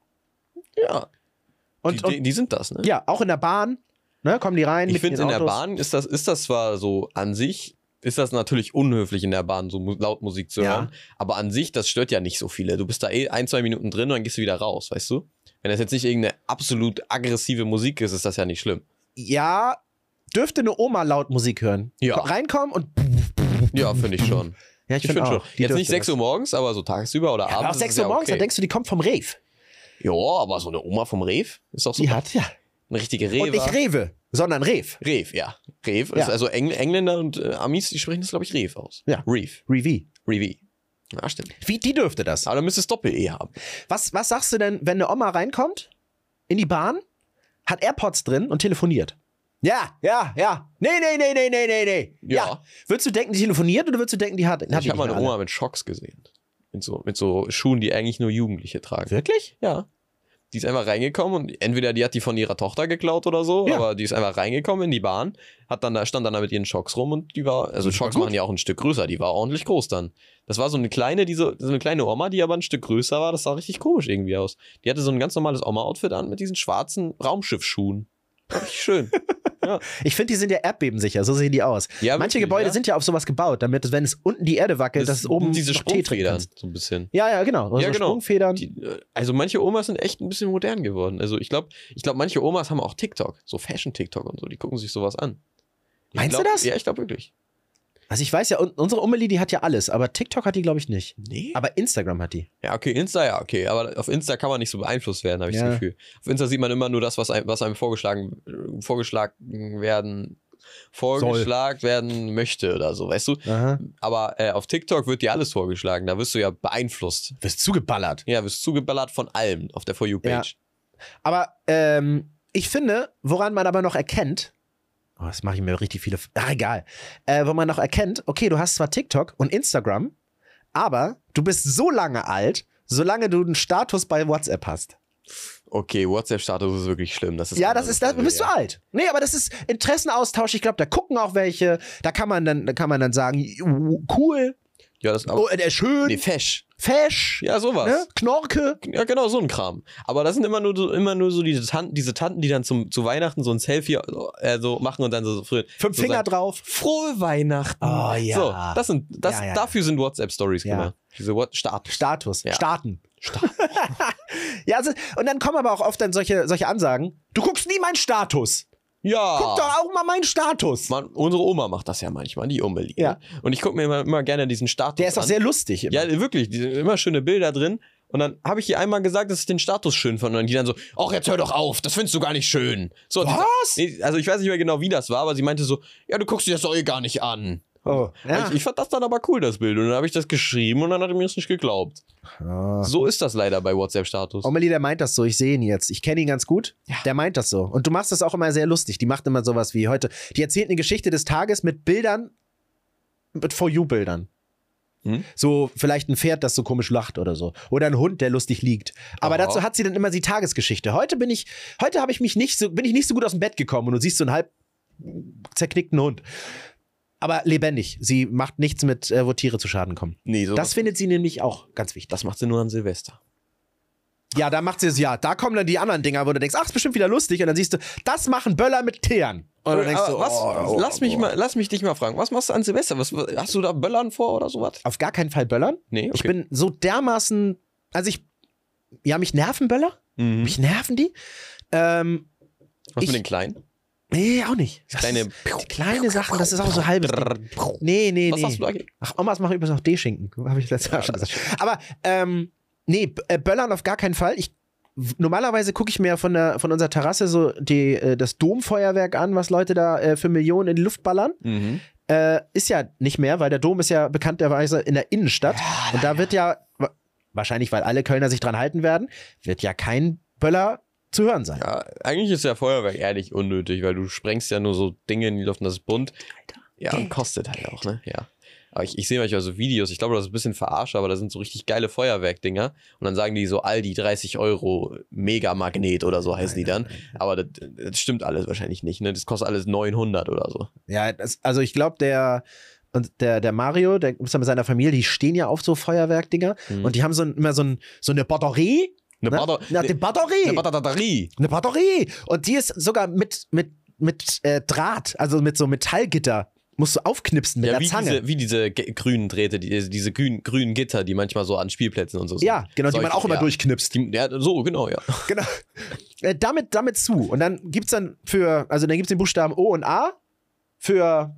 Ja. Und, die, und die, die sind das, ne? ja, auch in der Bahn, ne, kommen die rein. Ich mit finde, ihren in der Autos. Bahn ist das, ist das zwar so an sich, ist das natürlich unhöflich, in der Bahn so mu laut Musik zu Ja. hören, aber an sich, das stört ja nicht so viele. Du bist da eh ein, zwei Minuten drin und dann gehst du wieder raus, weißt du? Wenn das jetzt nicht irgendeine absolut aggressive Musik ist, ist das ja nicht schlimm. Ja, dürfte eine Oma laut Musik hören. Ja. Ko- Reinkommen und. Ja, finde ich schon. Ja, ich, Ich finde finde auch. schon. Die Jetzt nicht dürfte sechs das. Uhr morgens, aber so tagsüber oder Ja, aber auch abends. ist sechs es Uhr ja morgens, okay. da denkst du, die kommt vom Rave. Ja, aber so eine Oma vom Rewe ist doch so Die hat, ja. eine richtige Rewe. Und nicht Rewe, sondern Rewe. Rewe, ja. Rewe Ja. ist also Engl Engländer und äh, Amis, die sprechen das, glaube ich, Rewe aus. Ja. Rewe. Rewe. Rewe. Ja, stimmt. Wie, die dürfte das. Aber dann müsste es Doppel-E haben. Was, was sagst du denn, wenn eine Oma reinkommt, in die Bahn, hat AirPods drin und telefoniert? Ja, ja, ja. Nee, nee, nee, nee, nee, nee, nee. Ja. Würdest du denken, die telefoniert oder würdest du denken, die hat, hat Ich die habe mal nicht eine mehr Oma mit Schocks gesehen. Mit so, mit so Schuhen, die eigentlich nur Jugendliche tragen. alle? Wirklich? Ja. Die ist einfach reingekommen und entweder die hat die von ihrer Tochter geklaut oder so, Ja. aber die ist einfach reingekommen in die Bahn, hat dann da, stand dann da mit ihren Schocks rum und die war, also Das war Schocks gut. machen ja auch ein Stück größer, die war ordentlich groß dann. Das war so eine kleine, diese, so eine kleine Oma, die aber ein Stück größer war, das sah richtig komisch irgendwie aus. Die hatte so ein ganz normales Oma-Outfit an mit diesen schwarzen Raumschiffschuhen. War richtig schön. Ja. Ich finde, die sind ja erdbebensicher, so sehen die aus. Ja, Manche wirklich, Gebäude ja. sind ja auf sowas gebaut, damit, es, wenn es unten die Erde wackelt, dass es oben diese noch Tee trinken Sprungfedern, kannst. so ein bisschen. Ja, ja, genau. Ja, so genau. Sprungfedern. Die, äh, also manche Omas sind echt ein bisschen modern geworden. Also ich glaube, ich glaube, manche Omas haben auch TikTok, so Fashion-TikTok und so, die gucken sich sowas an. Ich Meinst glaub, du das? Ja, ich glaube wirklich. Also ich weiß ja, un- unsere Umeli, die hat ja alles, aber TikTok hat die, glaube ich, nicht. Nee. Aber Instagram hat die. Ja, okay, Insta, ja, okay. Aber auf Insta kann man nicht so beeinflusst werden, habe ich Ja. das Gefühl. Auf Insta sieht man immer nur das, was einem, was einem vorgeschlagen, äh, vorgeschlagen werden, vorgeschlagen werden möchte oder so, weißt du? Aha. Aber äh, auf TikTok wird dir alles vorgeschlagen. Da wirst du ja beeinflusst. Wirst zugeballert. Ja, wirst zugeballert von allem auf der For You-Page. Aber ähm, ich finde, woran man aber noch erkennt, oh, das mache ich mir richtig viele, ach egal, äh, wo man noch erkennt, okay, du hast zwar TikTok und Instagram, aber du bist so lange alt, solange du einen Status bei WhatsApp hast. Okay, WhatsApp-Status ist wirklich schlimm. Das ist Ja, anders, das ist, da also, bist ja. du alt. Nee, aber das ist Interessenaustausch. Ich glaube, da gucken auch welche. Da kann man dann, da kann man dann sagen, cool, Ja, das ist oh, der ist schön, Nee, Fesch. fesch, Ja, sowas. ne? Knorke. Ja, genau, so ein Kram. Aber das sind immer nur so, immer nur so diese Tanten, diese Tanten, die dann zum, zu Weihnachten so ein Selfie äh, so machen und dann so, so früh, Fünf so Finger sagen, drauf. Frohe Weihnachten. Oh, ja. So, das sind, das, Ja, ja. dafür sind WhatsApp-Stories Ja. gemacht. Diese What Status. Status. Ja. Starten. Ja, also, und dann kommen aber auch oft dann solche, solche Ansagen. Du guckst nie meinen Status. Ja. Guck doch auch mal meinen Status. Man, unsere Oma macht das ja manchmal, die Oma. Ja. Und ich gucke mir immer, immer gerne diesen Status Der ist auch an. sehr lustig. Immer. Ja, wirklich, die sind immer schöne Bilder drin. Und dann habe ich ihr einmal gesagt, dass ich den Status schön fand. Und die dann so, ach, jetzt hör doch auf, das findest du gar nicht schön. So, Was? Die, nee, also ich weiß nicht mehr genau, wie das war, aber sie meinte so, ja, du guckst dir das doch eh gar nicht an. Oh, ja. Ich, ich fand das dann aber cool, das Bild. Und dann habe ich das geschrieben und dann hat er mir das nicht geglaubt. Ah. So ist das leider bei WhatsApp-Status. Amelie, der meint das so. Ich sehe ihn jetzt. Ich kenne ihn ganz gut. Ja. Der meint das so. Und du machst das auch immer sehr lustig. Die macht immer sowas wie heute. Die erzählt eine Geschichte des Tages mit Bildern, mit For You-Bildern. Hm? So vielleicht ein Pferd, das so komisch lacht oder so. Oder ein Hund, der lustig liegt. Aber Aha. dazu hat sie dann immer die Tagesgeschichte. Heute bin ich, heute habe ich mich nicht so, bin ich nicht so gut aus dem Bett gekommen und du siehst so einen halb zerknickten Hund. Aber lebendig. Sie macht nichts mit, äh, wo Tiere zu Schaden kommen. Nee, so Das findet sie nämlich auch ganz wichtig. das macht sie nur an Silvester. Ja, da macht sie es, ja, da kommen dann die anderen Dinger, wo du denkst, ach, ist bestimmt wieder lustig. Und dann siehst du, das machen Böller mit Teeren. Und dann denkst du, was, oh, oh, lass, mich oh. mal, lass mich dich mal fragen, was machst du an Silvester? Was, hast du da Böllern vor oder sowas? Auf gar keinen Fall Böllern. Nee, okay. Ich bin so dermaßen, also ich, ja, mich nerven Böller. Mhm. Mich nerven die. Ähm, Was ich, mit den Kleinen? Nee, auch nicht. Das Kleine, ist, die kleine Sachen, das ist auch so halbes Ding. Nee, nee, Was nee. hast du da eigentlich? Ach, Omas machen übrigens noch D-Schinken. Habe ich letztes Mal schon gesagt. Aber, ähm, nee, B- äh, Böllern auf gar keinen Fall. Ich, w- normalerweise gucke ich mir von, der, von unserer Terrasse so die, äh, das Domfeuerwerk an, was Leute da äh, für Millionen in die Luft ballern. Mhm. Äh, ist ja nicht mehr, weil der Dom ist ja bekannterweise in der Innenstadt. Ja, und da wird ja, wa- wahrscheinlich, weil alle Kölner sich dran halten werden, wird ja kein Böller zu hören sein. Ja, eigentlich ist ja Feuerwerk ehrlich unnötig, weil du sprengst ja nur so Dinge in die Luft und das ist bunt. Alter. Ja, und kostet halt auch, ne? Ja. Aber ich, ich sehe manchmal so Videos, ich glaube, das ist ein bisschen verarscht, aber da sind so richtig geile Feuerwerkdinger und dann sagen die so Aldi dreißig Euro Megamagnet oder so heißen die dann. Aber das, das stimmt alles wahrscheinlich nicht, ne? Das kostet alles neunhundert oder so. Ja, das, also ich glaube, der und der, der Mario, der ist ja mit seiner Familie, die stehen ja auf so Feuerwerkdinger Mhm. und die haben so ein, immer so, ein, so eine Batterie. Eine ne? Batter- Na, die Batterie. Eine Batterie. Eine Batterie. Und die ist sogar mit, mit, mit äh, Draht, also mit so Metallgitter. Musst du aufknipsen mit Ja, der wie Zange. diese, wie diese ge- grünen Drähte, die, diese grünen, grünen Gitter, die manchmal so an Spielplätzen und so sind. Ja, genau, die man Solche, auch immer ja. durchknipst. Die, ja, so, genau, ja. Genau. Äh, damit, damit zu. Und dann gibt's dann für, also dann gibt's den Buchstaben O und A für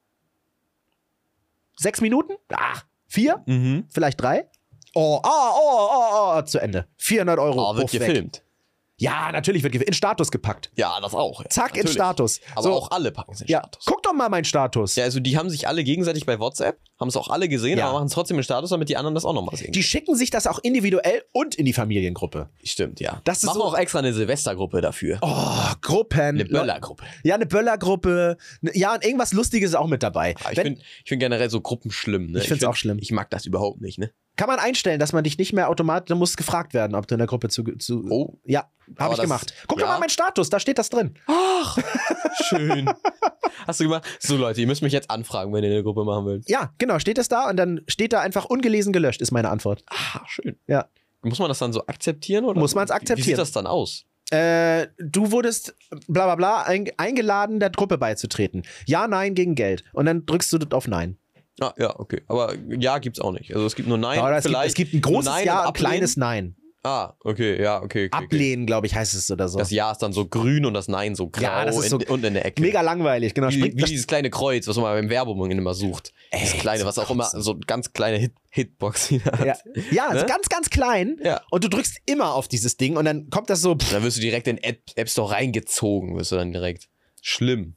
sechs Minuten? Ach, vier? Mhm. Vielleicht drei? Oh, oh, oh, oh, oh, zu Ende. vierhundert Euro. Oh, wird Puff weg. gefilmt. Ja, natürlich wird gefilmt. In Status gepackt. Ja, das auch. Ja. Zack, in Natürlich. Status. Aber So. auch alle packen es in Ja, Status. guck doch mal meinen Status. Ja, also die haben sich alle gegenseitig bei WhatsApp, haben es auch alle gesehen, Ja. aber machen es trotzdem in Status, damit die anderen das auch nochmal sehen. Die schicken sich das auch individuell und in die Familiengruppe. Stimmt, ja. Das ist Machen so- auch extra eine Silvestergruppe dafür. Oh, Gruppen. Eine Böllergruppe. Ja, eine Böllergruppe. Ne- Ja, und irgendwas Lustiges ist auch mit dabei. Aber ich Wenn, finde ich find generell so Gruppen schlimm. Ne? Ich find's find- auch schlimm. Ich mag das überhaupt nicht, ne? kann man einstellen, dass man dich nicht mehr automatisch, du musst gefragt werden, ob du in der Gruppe zu. zu Oh. Ja, Aber habe ich das- gemacht. Guck ja. doch mal meinen Status, da steht das drin. Ach, schön. Hast du gemacht? So, Leute, ihr müsst mich jetzt anfragen, wenn ihr eine Gruppe machen wollt. Ja, genau, steht das da und dann steht da einfach ungelesen gelöscht, ist meine Antwort. Ah, schön. Ja. Muss man das dann so akzeptieren? Oder? Muss man's Wie akzeptieren. sieht das dann aus? Äh, du wurdest bla bla bla ein, eingeladen, der Gruppe beizutreten. Ja, nein gegen Geld. Und dann drückst du auf Nein. Ah, ja, okay. Aber ja gibt's auch nicht. Also es gibt nur Nein, Oder es, gibt, vielleicht. es gibt ein nur großes Nein Ja und und ein Ablehnen. kleines Nein. Ah, okay, ja, okay. okay okay. Ablehnen, glaube ich, heißt es oder so. Das Ja ist dann so grün und das Nein so grau Ja, das ist so in, und in der Ecke. Mega langweilig, genau. Wie, Springt wie das, dieses kleine Kreuz, was man beim Werbung immer sucht. Dieses Ey, kleine, was auch immer kotzen. so ganz kleine Hit Hitbox wieder hat. ja, ja Ne? also ganz, ganz klein. Ja. Und du drückst immer auf dieses Ding und dann kommt das so. Pff, Dann wirst du direkt in App, App Store reingezogen, wirst du dann direkt. Schlimm.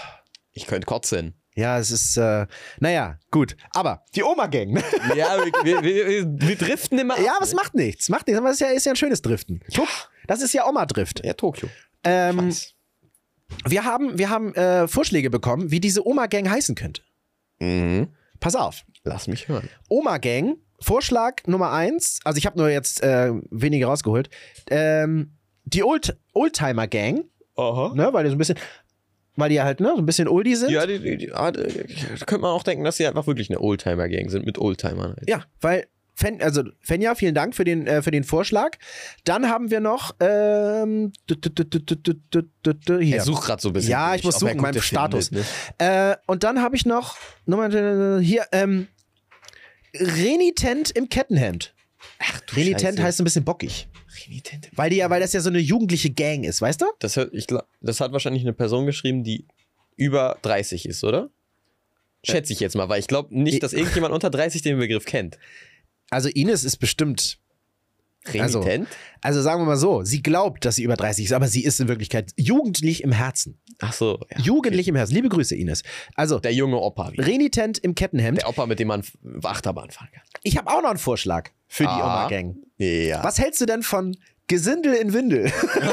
Ich könnte kotzen. ja, es ist, äh, naja, gut. Aber die Oma-Gang, ne? Ja, wir, wir, wir, wir driften immer Ja, ab, aber es ne? macht nichts. Macht nichts, aber es ist ja, ist ja ein schönes Driften. Guck, das ist ja Oma-Drift. Ja, Tokio. Ähm, Weiß. wir haben, wir haben äh, Vorschläge bekommen, wie diese Oma-Gang heißen könnte. Mhm. Pass auf. Lass mich hören. Oma-Gang, Vorschlag Nummer eins, also ich habe nur jetzt äh, wenige rausgeholt. Ähm, die Old Oldtimer-Gang, Aha. ne, weil die so ein bisschen, weil die halt, ne, so ein bisschen Oldie sind. Ja, die, die, die, ah, da könnte man auch denken, dass sie einfach wirklich eine Oldtimer-Gang sind mit Oldtimern. Halt. Ja, weil, Fen, also Fenja, vielen Dank für den, äh, für den Vorschlag. Dann haben wir noch, ähm, d- d- d- d- d- d- d- d- d- hier. Er sucht gerade so ein bisschen. Ja, für ich mich, muss ob er suchen, meinem gute Status. findet, ne? Äh, und dann habe ich noch, Nummer, hier, ähm, Renitent im Kettenhemd. Ach du Renitent Scheiße. heißt ein bisschen bockig. Renitent. Weil, die ja, weil das ja so eine jugendliche Gang ist, weißt du? Das, hört, ich, glaub, das hat wahrscheinlich eine Person geschrieben, die über dreißig ist, oder? Schätze ich jetzt mal, weil ich glaube nicht, dass irgendjemand unter dreißig den Begriff kennt. Also Ines ist bestimmt, Also- Renitent? also sagen wir mal so, sie glaubt, dass sie über dreißig ist, aber sie ist in Wirklichkeit jugendlich im Herzen. Ach so. Ja. Jugendlich im Herzen. Liebe Grüße, Ines. Also, Der junge Opa. Wieder. Renitent im Kettenhemd. Der Opa, mit dem man F- Achterbahn fahren kann. Ich habe auch noch einen Vorschlag für die Ah. Oma-Gang. Ja. Was hältst du denn von Gesindel in Windel?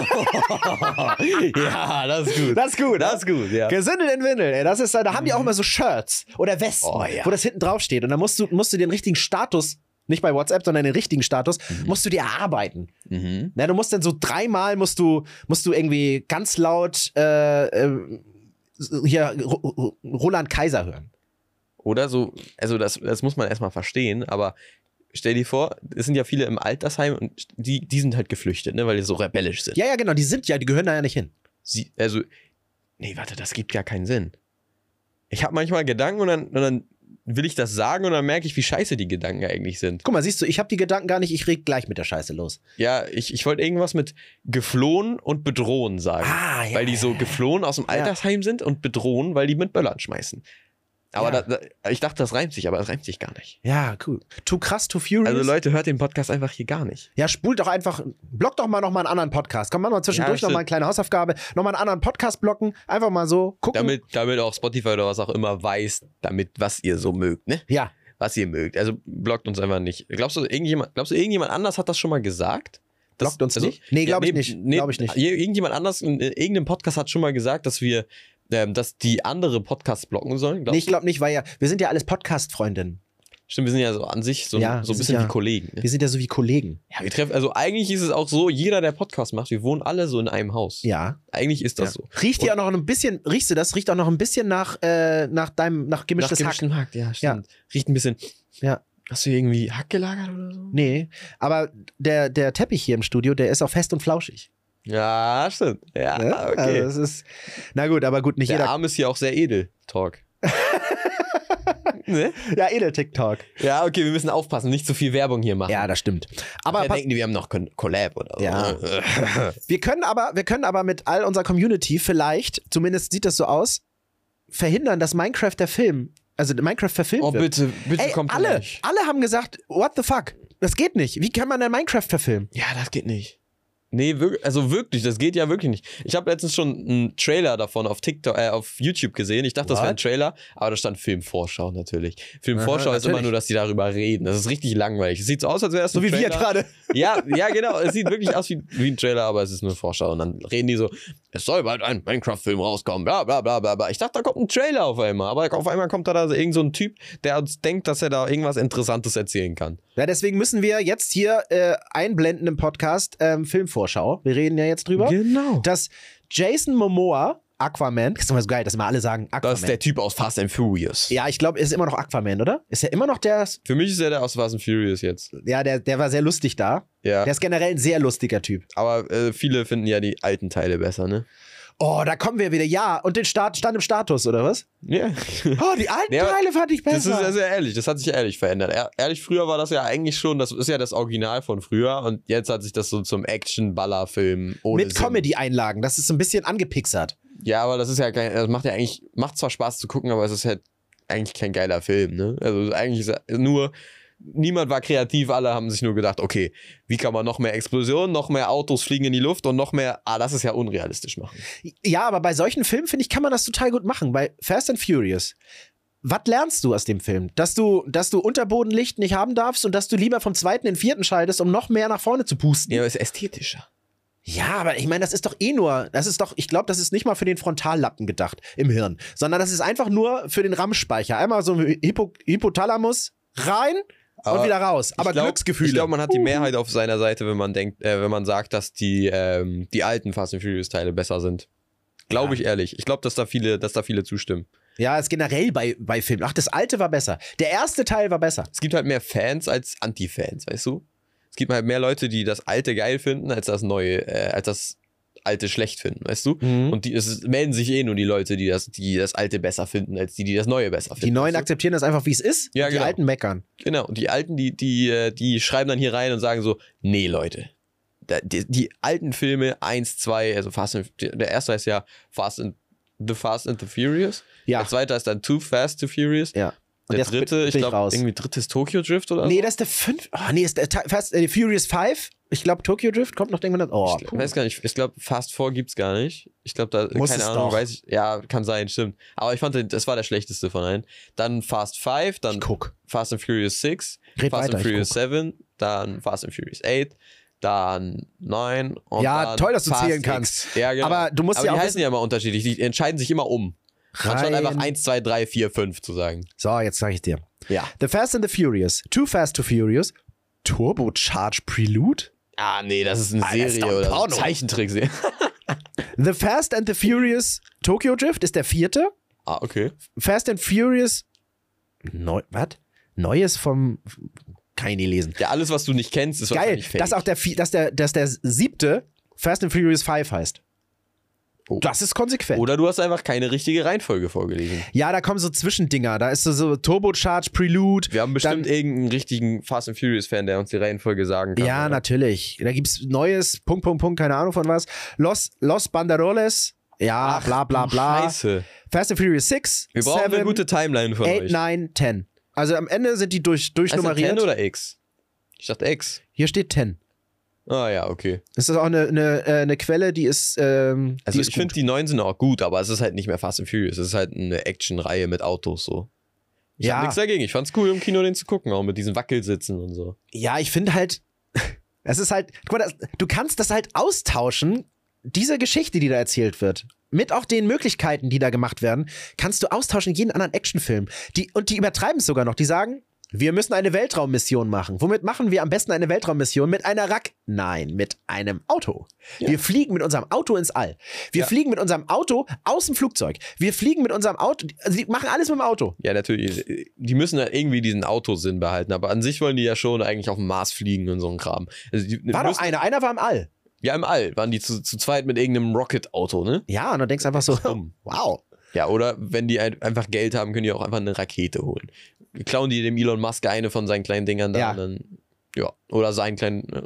ja, das ist gut. Das ist gut, Das ist gut, ja. Gesindel in Windel, ey, das ist, da haben die auch immer so Shirts oder Westen, Oh, ja. wo das hinten drauf steht. Und dann musst du, musst du den richtigen Status, nicht bei WhatsApp, sondern den richtigen Status, musst du dir erarbeiten. Mhm. Na, du musst dann so dreimal musst du, musst du irgendwie ganz laut äh, äh, hier R- R- Roland Kaiser hören. Oder so, also das, das muss man erstmal verstehen, aber stell dir vor, es sind ja viele im Altersheim und die, die sind halt geflüchtet, ne, weil die so rebellisch sind. Ja, ja, genau, die sind ja, die gehören da ja nicht hin. Sie, also, nee, warte, das gibt ja keinen Sinn. Ich habe manchmal Gedanken und dann, und dann will ich das sagen und dann merke ich, wie scheiße die Gedanken eigentlich sind. Guck mal, siehst du, ich habe die Gedanken gar nicht, ich reg gleich mit der Scheiße los. Ja, ich, ich wollte irgendwas mit geflohen und bedrohen sagen. Ah, ja. Weil die so geflohen aus dem Altersheim sind und bedrohen, weil die mit Böllern schmeißen. Aber Ja. da, da, ich dachte, das reimt sich, aber das reimt sich gar nicht. Ja, cool. Too krass, too furious. Also Leute, hört den Podcast einfach hier gar nicht. Ja, spult doch einfach, block doch mal noch mal einen anderen Podcast. Komm, mach mal zwischendurch Ja, noch mal eine kleine Hausaufgabe, noch mal einen anderen Podcast blocken, einfach mal so gucken. Damit, damit auch Spotify oder was auch immer weiß, damit, was ihr so mögt, ne? Ja. Was ihr mögt. Also blockt uns einfach nicht. Glaubst du, irgendjemand, glaubst du, irgendjemand anders hat das schon mal gesagt? Das, Blockt uns also, nicht? Nee, glaube ja, ich nicht. Glaub ich nicht. Irgendjemand anders in irgendeinem Podcast hat schon mal gesagt, dass wir, ähm, dass die andere Podcasts blocken sollen. Nee, ich glaube nicht, weil ja, wir sind ja alles Podcast-Freundinnen. Stimmt, wir sind ja so an sich so, Ja, so ein wir bisschen sind ja- wie Kollegen. Ne? Wir sind ja so wie Kollegen. Ja, wir treffen, also eigentlich ist es auch so, jeder, der Podcast macht, wir wohnen alle so in einem Haus. Ja. Eigentlich ist das ja. so. Riecht ja auch noch ein bisschen, riechst du das? Riecht auch noch ein bisschen nach, äh, nach deinem, nach Nach gemischtes Hack. gemischtem Hack, ja, stimmt. Riecht ein bisschen. Ja. Hast du irgendwie Hack gelagert oder so? Nee, aber der, der Teppich hier im Studio, der ist auch fest und flauschig. Ja, stimmt. Ja, Ne? okay. Also es ist, na gut, aber gut, nicht Der jeder. Arm ist hier auch sehr edel, Talk. Ne? Ja, Edel-TikTok. Ja, okay, wir müssen aufpassen, nicht zu viel Werbung hier machen. Ja, das stimmt. Aber Ja, pass- denken die, wir haben noch Con- Collab oder so. Ja. wir können aber, wir können aber mit all unserer Community vielleicht, zumindest sieht das so aus, verhindern, dass Minecraft der Film, also Minecraft verfilmt Oh, wird. bitte, bitte Ey, kommt alle, nicht. alle haben gesagt, what the fuck? Das geht nicht. Wie kann man denn Minecraft verfilmen? Ja, das geht nicht. Nee, wir- also wirklich, das geht ja wirklich nicht. Ich habe letztens schon einen Trailer davon auf TikTok, äh, auf YouTube gesehen. Ich dachte, das wäre ein What? Trailer, aber da stand Filmvorschau natürlich. Filmvorschau Aha, ist immer natürlich. nur, dass die darüber reden. Das ist richtig langweilig. Es sieht so aus, als wäre es So ein wie wir Trailer. gerade. Ja, ja, genau. Es sieht wirklich aus wie, wie ein Trailer, aber es ist nur Vorschau. Und dann reden die so, es soll bald ein Minecraft-Film rauskommen, bla bla bla bla bla. Ich dachte, da kommt ein Trailer auf einmal. Aber auf einmal kommt da, da so irgend so ein Typ, der uns denkt, dass er da irgendwas Interessantes erzählen kann. Ja, deswegen müssen wir jetzt hier äh, einblenden im Podcast ähm, Filmvorschau. Wir reden ja jetzt drüber. Genau. Dass Jason Momoa, Aquaman, das ist immer so geil, dass immer alle sagen Aquaman. Das ist der Typ aus Fast and Furious. ja, ich glaube, er ist immer noch Aquaman, oder? Ist er immer noch der, Für mich ist er der aus Fast and Furious jetzt. ja, der, der war sehr lustig da. Ja. Der ist generell ein sehr lustiger Typ. Aber äh, viele finden ja die alten Teile besser, ne? Oh, da kommen wir wieder. Ja, und den Start, stand im Status, oder was? Ja. Oh, die alten Ja, aber Teile fand ich besser. Das ist ja sehr ehrlich, das hat sich ja ehrlich verändert. Er, ehrlich, früher war das ja eigentlich schon, das ist ja das Original von früher und jetzt hat sich das so zum Action-Baller-Film ohne Mit Sinn. Comedy-Einlagen. Das ist so ein bisschen angepixert. Ja, aber das ist ja kein, das macht ja eigentlich, macht zwar Spaß zu gucken, aber es ist halt eigentlich kein geiler Film, ne? Also eigentlich ist er nur, niemand war kreativ, alle haben sich nur gedacht, okay, wie kann man noch mehr Explosionen, noch mehr Autos fliegen in die Luft und noch mehr, ah, das ist ja unrealistisch machen. Ja, aber bei solchen Filmen, finde ich, kann man das total gut machen. Bei Fast and Furious. Was lernst du aus dem Film? Dass du, dass du Unterbodenlicht nicht haben darfst und dass du lieber vom zweiten in den vierten schaltest, um noch mehr nach vorne zu pusten? Ja, aber es ist ästhetischer. Ja, aber ich meine, das ist doch eh nur, das ist doch, ich glaube, das ist nicht mal für den Frontallappen gedacht im Hirn, sondern das ist einfach nur für den RAM-Speicher. Einmal so ein Hypo Hypothalamus rein und Aber wieder raus. Aber ich glaub, Glücksgefühle. Ich glaube, man hat die Mehrheit auf seiner Seite, wenn man denkt, äh, wenn man sagt, dass die, ähm, die alten Fast and Furious Teile besser sind. Glaube Ja. ich ehrlich. Ich glaube, dass da viele, dass da viele zustimmen. Ja, ist generell bei, bei Filmen. Ach, das alte war besser. Der erste Teil war besser. Es gibt halt mehr Fans als Anti-Fans, weißt du? Es gibt halt mehr Leute, die das alte geil finden, als das neue, äh, als das alte schlecht finden, weißt du? Mhm. Und die, es melden sich eh nur die Leute, die das, die das alte besser finden, als die, die das neue besser finden. Die Neuen weißt du? akzeptieren das einfach, wie es ist. Ja, und die genau. Alten meckern. Genau, und die Alten, die, die, äh, die schreiben dann hier rein und sagen so, nee, Leute, da, die, die alten Filme, eins, zwei, also Fast and, der erste heißt ja Fast and, The Fast and the Furious. Ja. Der zweite heißt dann Too Fast to Furious. Ja. Und Der jetzt dritte, bin ich ich glaube, raus. irgendwie drittes Tokyo Drift oder Nee, so. das ist der fünf. Oh, nee, ist der Ta- Fast äh, Furious fünf. Ich glaube, Tokyo Drift kommt noch irgendwann. Oh, Ich weiß gar nicht, ich glaube, Fast Four gibt's gar nicht. Ich glaube, da, Muss keine es Ahnung, doch. weiß ich. Ja, kann sein, stimmt. Aber ich fand, den- das war der schlechteste von allen. Dann Fast Five, dann ich guck. Fast and Furious Six, Red Fast weiter, and ich Furious guck. Seven, dann Fast and Furious Eight, dann Nine und Ja, dann toll, dass du Fast zählen X. kannst. Ja, genau. Aber du musst Aber ja die auch heißen ja immer unterschiedlich, die entscheiden sich immer um. Anstatt Rein- einfach eins, zwei, drei, vier, fünf zu sagen. So, jetzt sag ich dir. Ja. The Fast and the Furious. Too Fast to Furious. Turbocharge Prelude. Ah, nee, das ist eine Ah, das ist Serie doch oder so. Porno. Zeichentrickserie. The Fast and the Furious Tokyo Drift ist der vierte. Ah, okay. Fast and Furious. Neu, was? Neues vom. kann ich nie lesen. Ja, alles, was du nicht kennst, ist Geil, wahrscheinlich fake. dass auch der, Vi- dass, der, dass der siebte Fast and Furious fünf heißt. Oh. Das ist konsequent. Oder du hast einfach keine richtige Reihenfolge vorgelesen. Ja, da kommen so Zwischendinger. Da ist so, so Turbocharge, Prelude. Wir haben bestimmt dann, irgendeinen richtigen Fast and Furious-Fan, der uns die Reihenfolge sagen kann. Ja, oder? natürlich. Da gibt's Neues, Punkt, Punkt, Punkt, keine Ahnung von was. Los, Los Banderoles. Ja, Ach, bla, bla, du bla. Scheiße. Fast and Furious six, Wir brauchen seven, eine gute Timeline von eight, euch. nine, ten. Also am Ende sind die durch, Heißt das durchnummeriert. ten oder X? Ich dachte X. Hier steht ten. Ah ja, okay. Das ist auch eine, eine, äh, eine Quelle, die ist. Ähm, Also die ist ich finde die neuen sind auch gut, aber es ist halt nicht mehr Fast and Furious. Es ist halt eine Action-Reihe mit Autos so. Ich Ja. hab nichts dagegen. Ich fand's cool, im Kino den zu gucken, auch mit diesen Wackelsitzen und so. Ja, ich finde halt. Es ist halt. Guck mal, das, du kannst das halt austauschen. Diese Geschichte, die da erzählt wird, mit auch den Möglichkeiten, die da gemacht werden, kannst du austauschen in jeden anderen Actionfilm. Die, und die übertreiben es sogar noch. Die sagen, wir müssen eine Weltraummission machen. Womit machen wir am besten eine Weltraummission? Mit einer Rack? Nein, mit einem Auto. Ja. Wir fliegen mit unserem Auto ins All. Wir Ja. fliegen mit unserem Auto aus dem Flugzeug. Wir fliegen mit unserem Auto. Also die machen alles mit dem Auto. Ja, natürlich. Die müssen ja irgendwie diesen Autosinn behalten, aber an sich wollen die ja schon eigentlich auf dem Mars fliegen und so ein Kram. Also die War doch müssen- einer. Einer war im All. Ja, im All waren die zu, zu zweit mit irgendeinem Rocket-Auto, ne? Ja, und dann denkst du einfach so, Dumm. wow. Ja, oder wenn die ein- einfach Geld haben, können die auch einfach eine Rakete holen. Klauen die dem Elon Musk eine von seinen kleinen Dingern da Ja. und dann, ja, oder seinen kleinen, ja,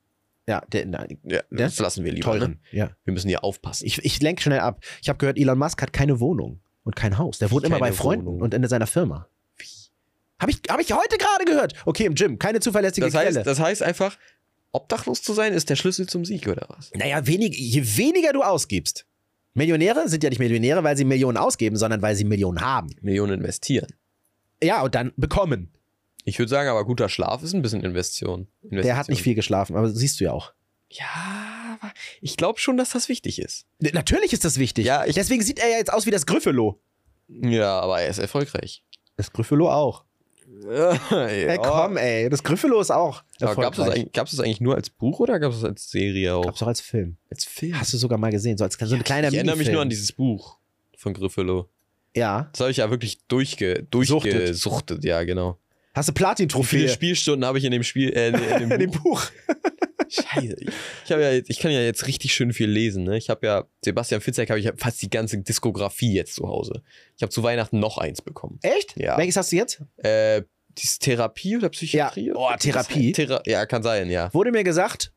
Ja, der, nein, ja Der? das lassen wir lieber. teuren. Ne? Ja. Wir müssen hier aufpassen. Ich, ich lenke schnell ab. Ich habe gehört, Elon Musk hat keine Wohnung und kein Haus. Der wohnt immer bei Keine Freunden Wohnung. und in seiner Firma. Wie? Habe ich, hab ich heute gerade gehört. Okay, im Gym. Keine zuverlässige Das Quelle. heißt, das heißt einfach, obdachlos zu sein ist der Schlüssel zum Sieg, oder was? naja, wenig, je weniger du ausgibst. Millionäre sind ja nicht Millionäre, weil sie Millionen ausgeben, sondern weil sie Millionen haben. Millionen investieren. Ja, und dann bekommen. Ich würde sagen, aber guter Schlaf ist ein bisschen Investition. Investition. Der hat nicht viel geschlafen, aber das siehst du ja auch. Ja, aber ich glaube schon, dass das wichtig ist. N- Natürlich ist das wichtig. Ja, ich- Deswegen sieht er ja jetzt aus wie das Gryffalo. Ja, aber er ist erfolgreich. Das Gryffalo auch. ja. Ey, komm, ey. Das Gryffalo ist auch Aber gab es das, erfolgreich. eigentlich- gab's das eigentlich nur als Buch oder gab es das als Serie auch? Gab's auch als Film. Als Film? Hast du sogar mal gesehen, so als so ein kleiner ich erinnere mich Minifilm. nur an dieses Buch von Griffelo. Ja. Das habe ich ja wirklich durchge, Suchtet. durchgesuchtet, ja, genau. Hast du Wie viele Platin-Trophäe Spielstunden habe ich in dem Spiel, äh, in, in in dem dem Buch? Scheiße. Ich, ich, hab ja jetzt, ich kann ja jetzt richtig schön viel lesen. Ne? Ich habe ja, Sebastian Fitzek habe ich ja fast die ganze Diskografie jetzt zu Hause. Ich habe zu Weihnachten noch eins bekommen. Echt? Ja. Welches hast du jetzt? Äh, dieses Therapie oder Psychiatrie? Ja. oder? Oh, Therapie? Thera ja, kann sein, ja. Wurde mir gesagt,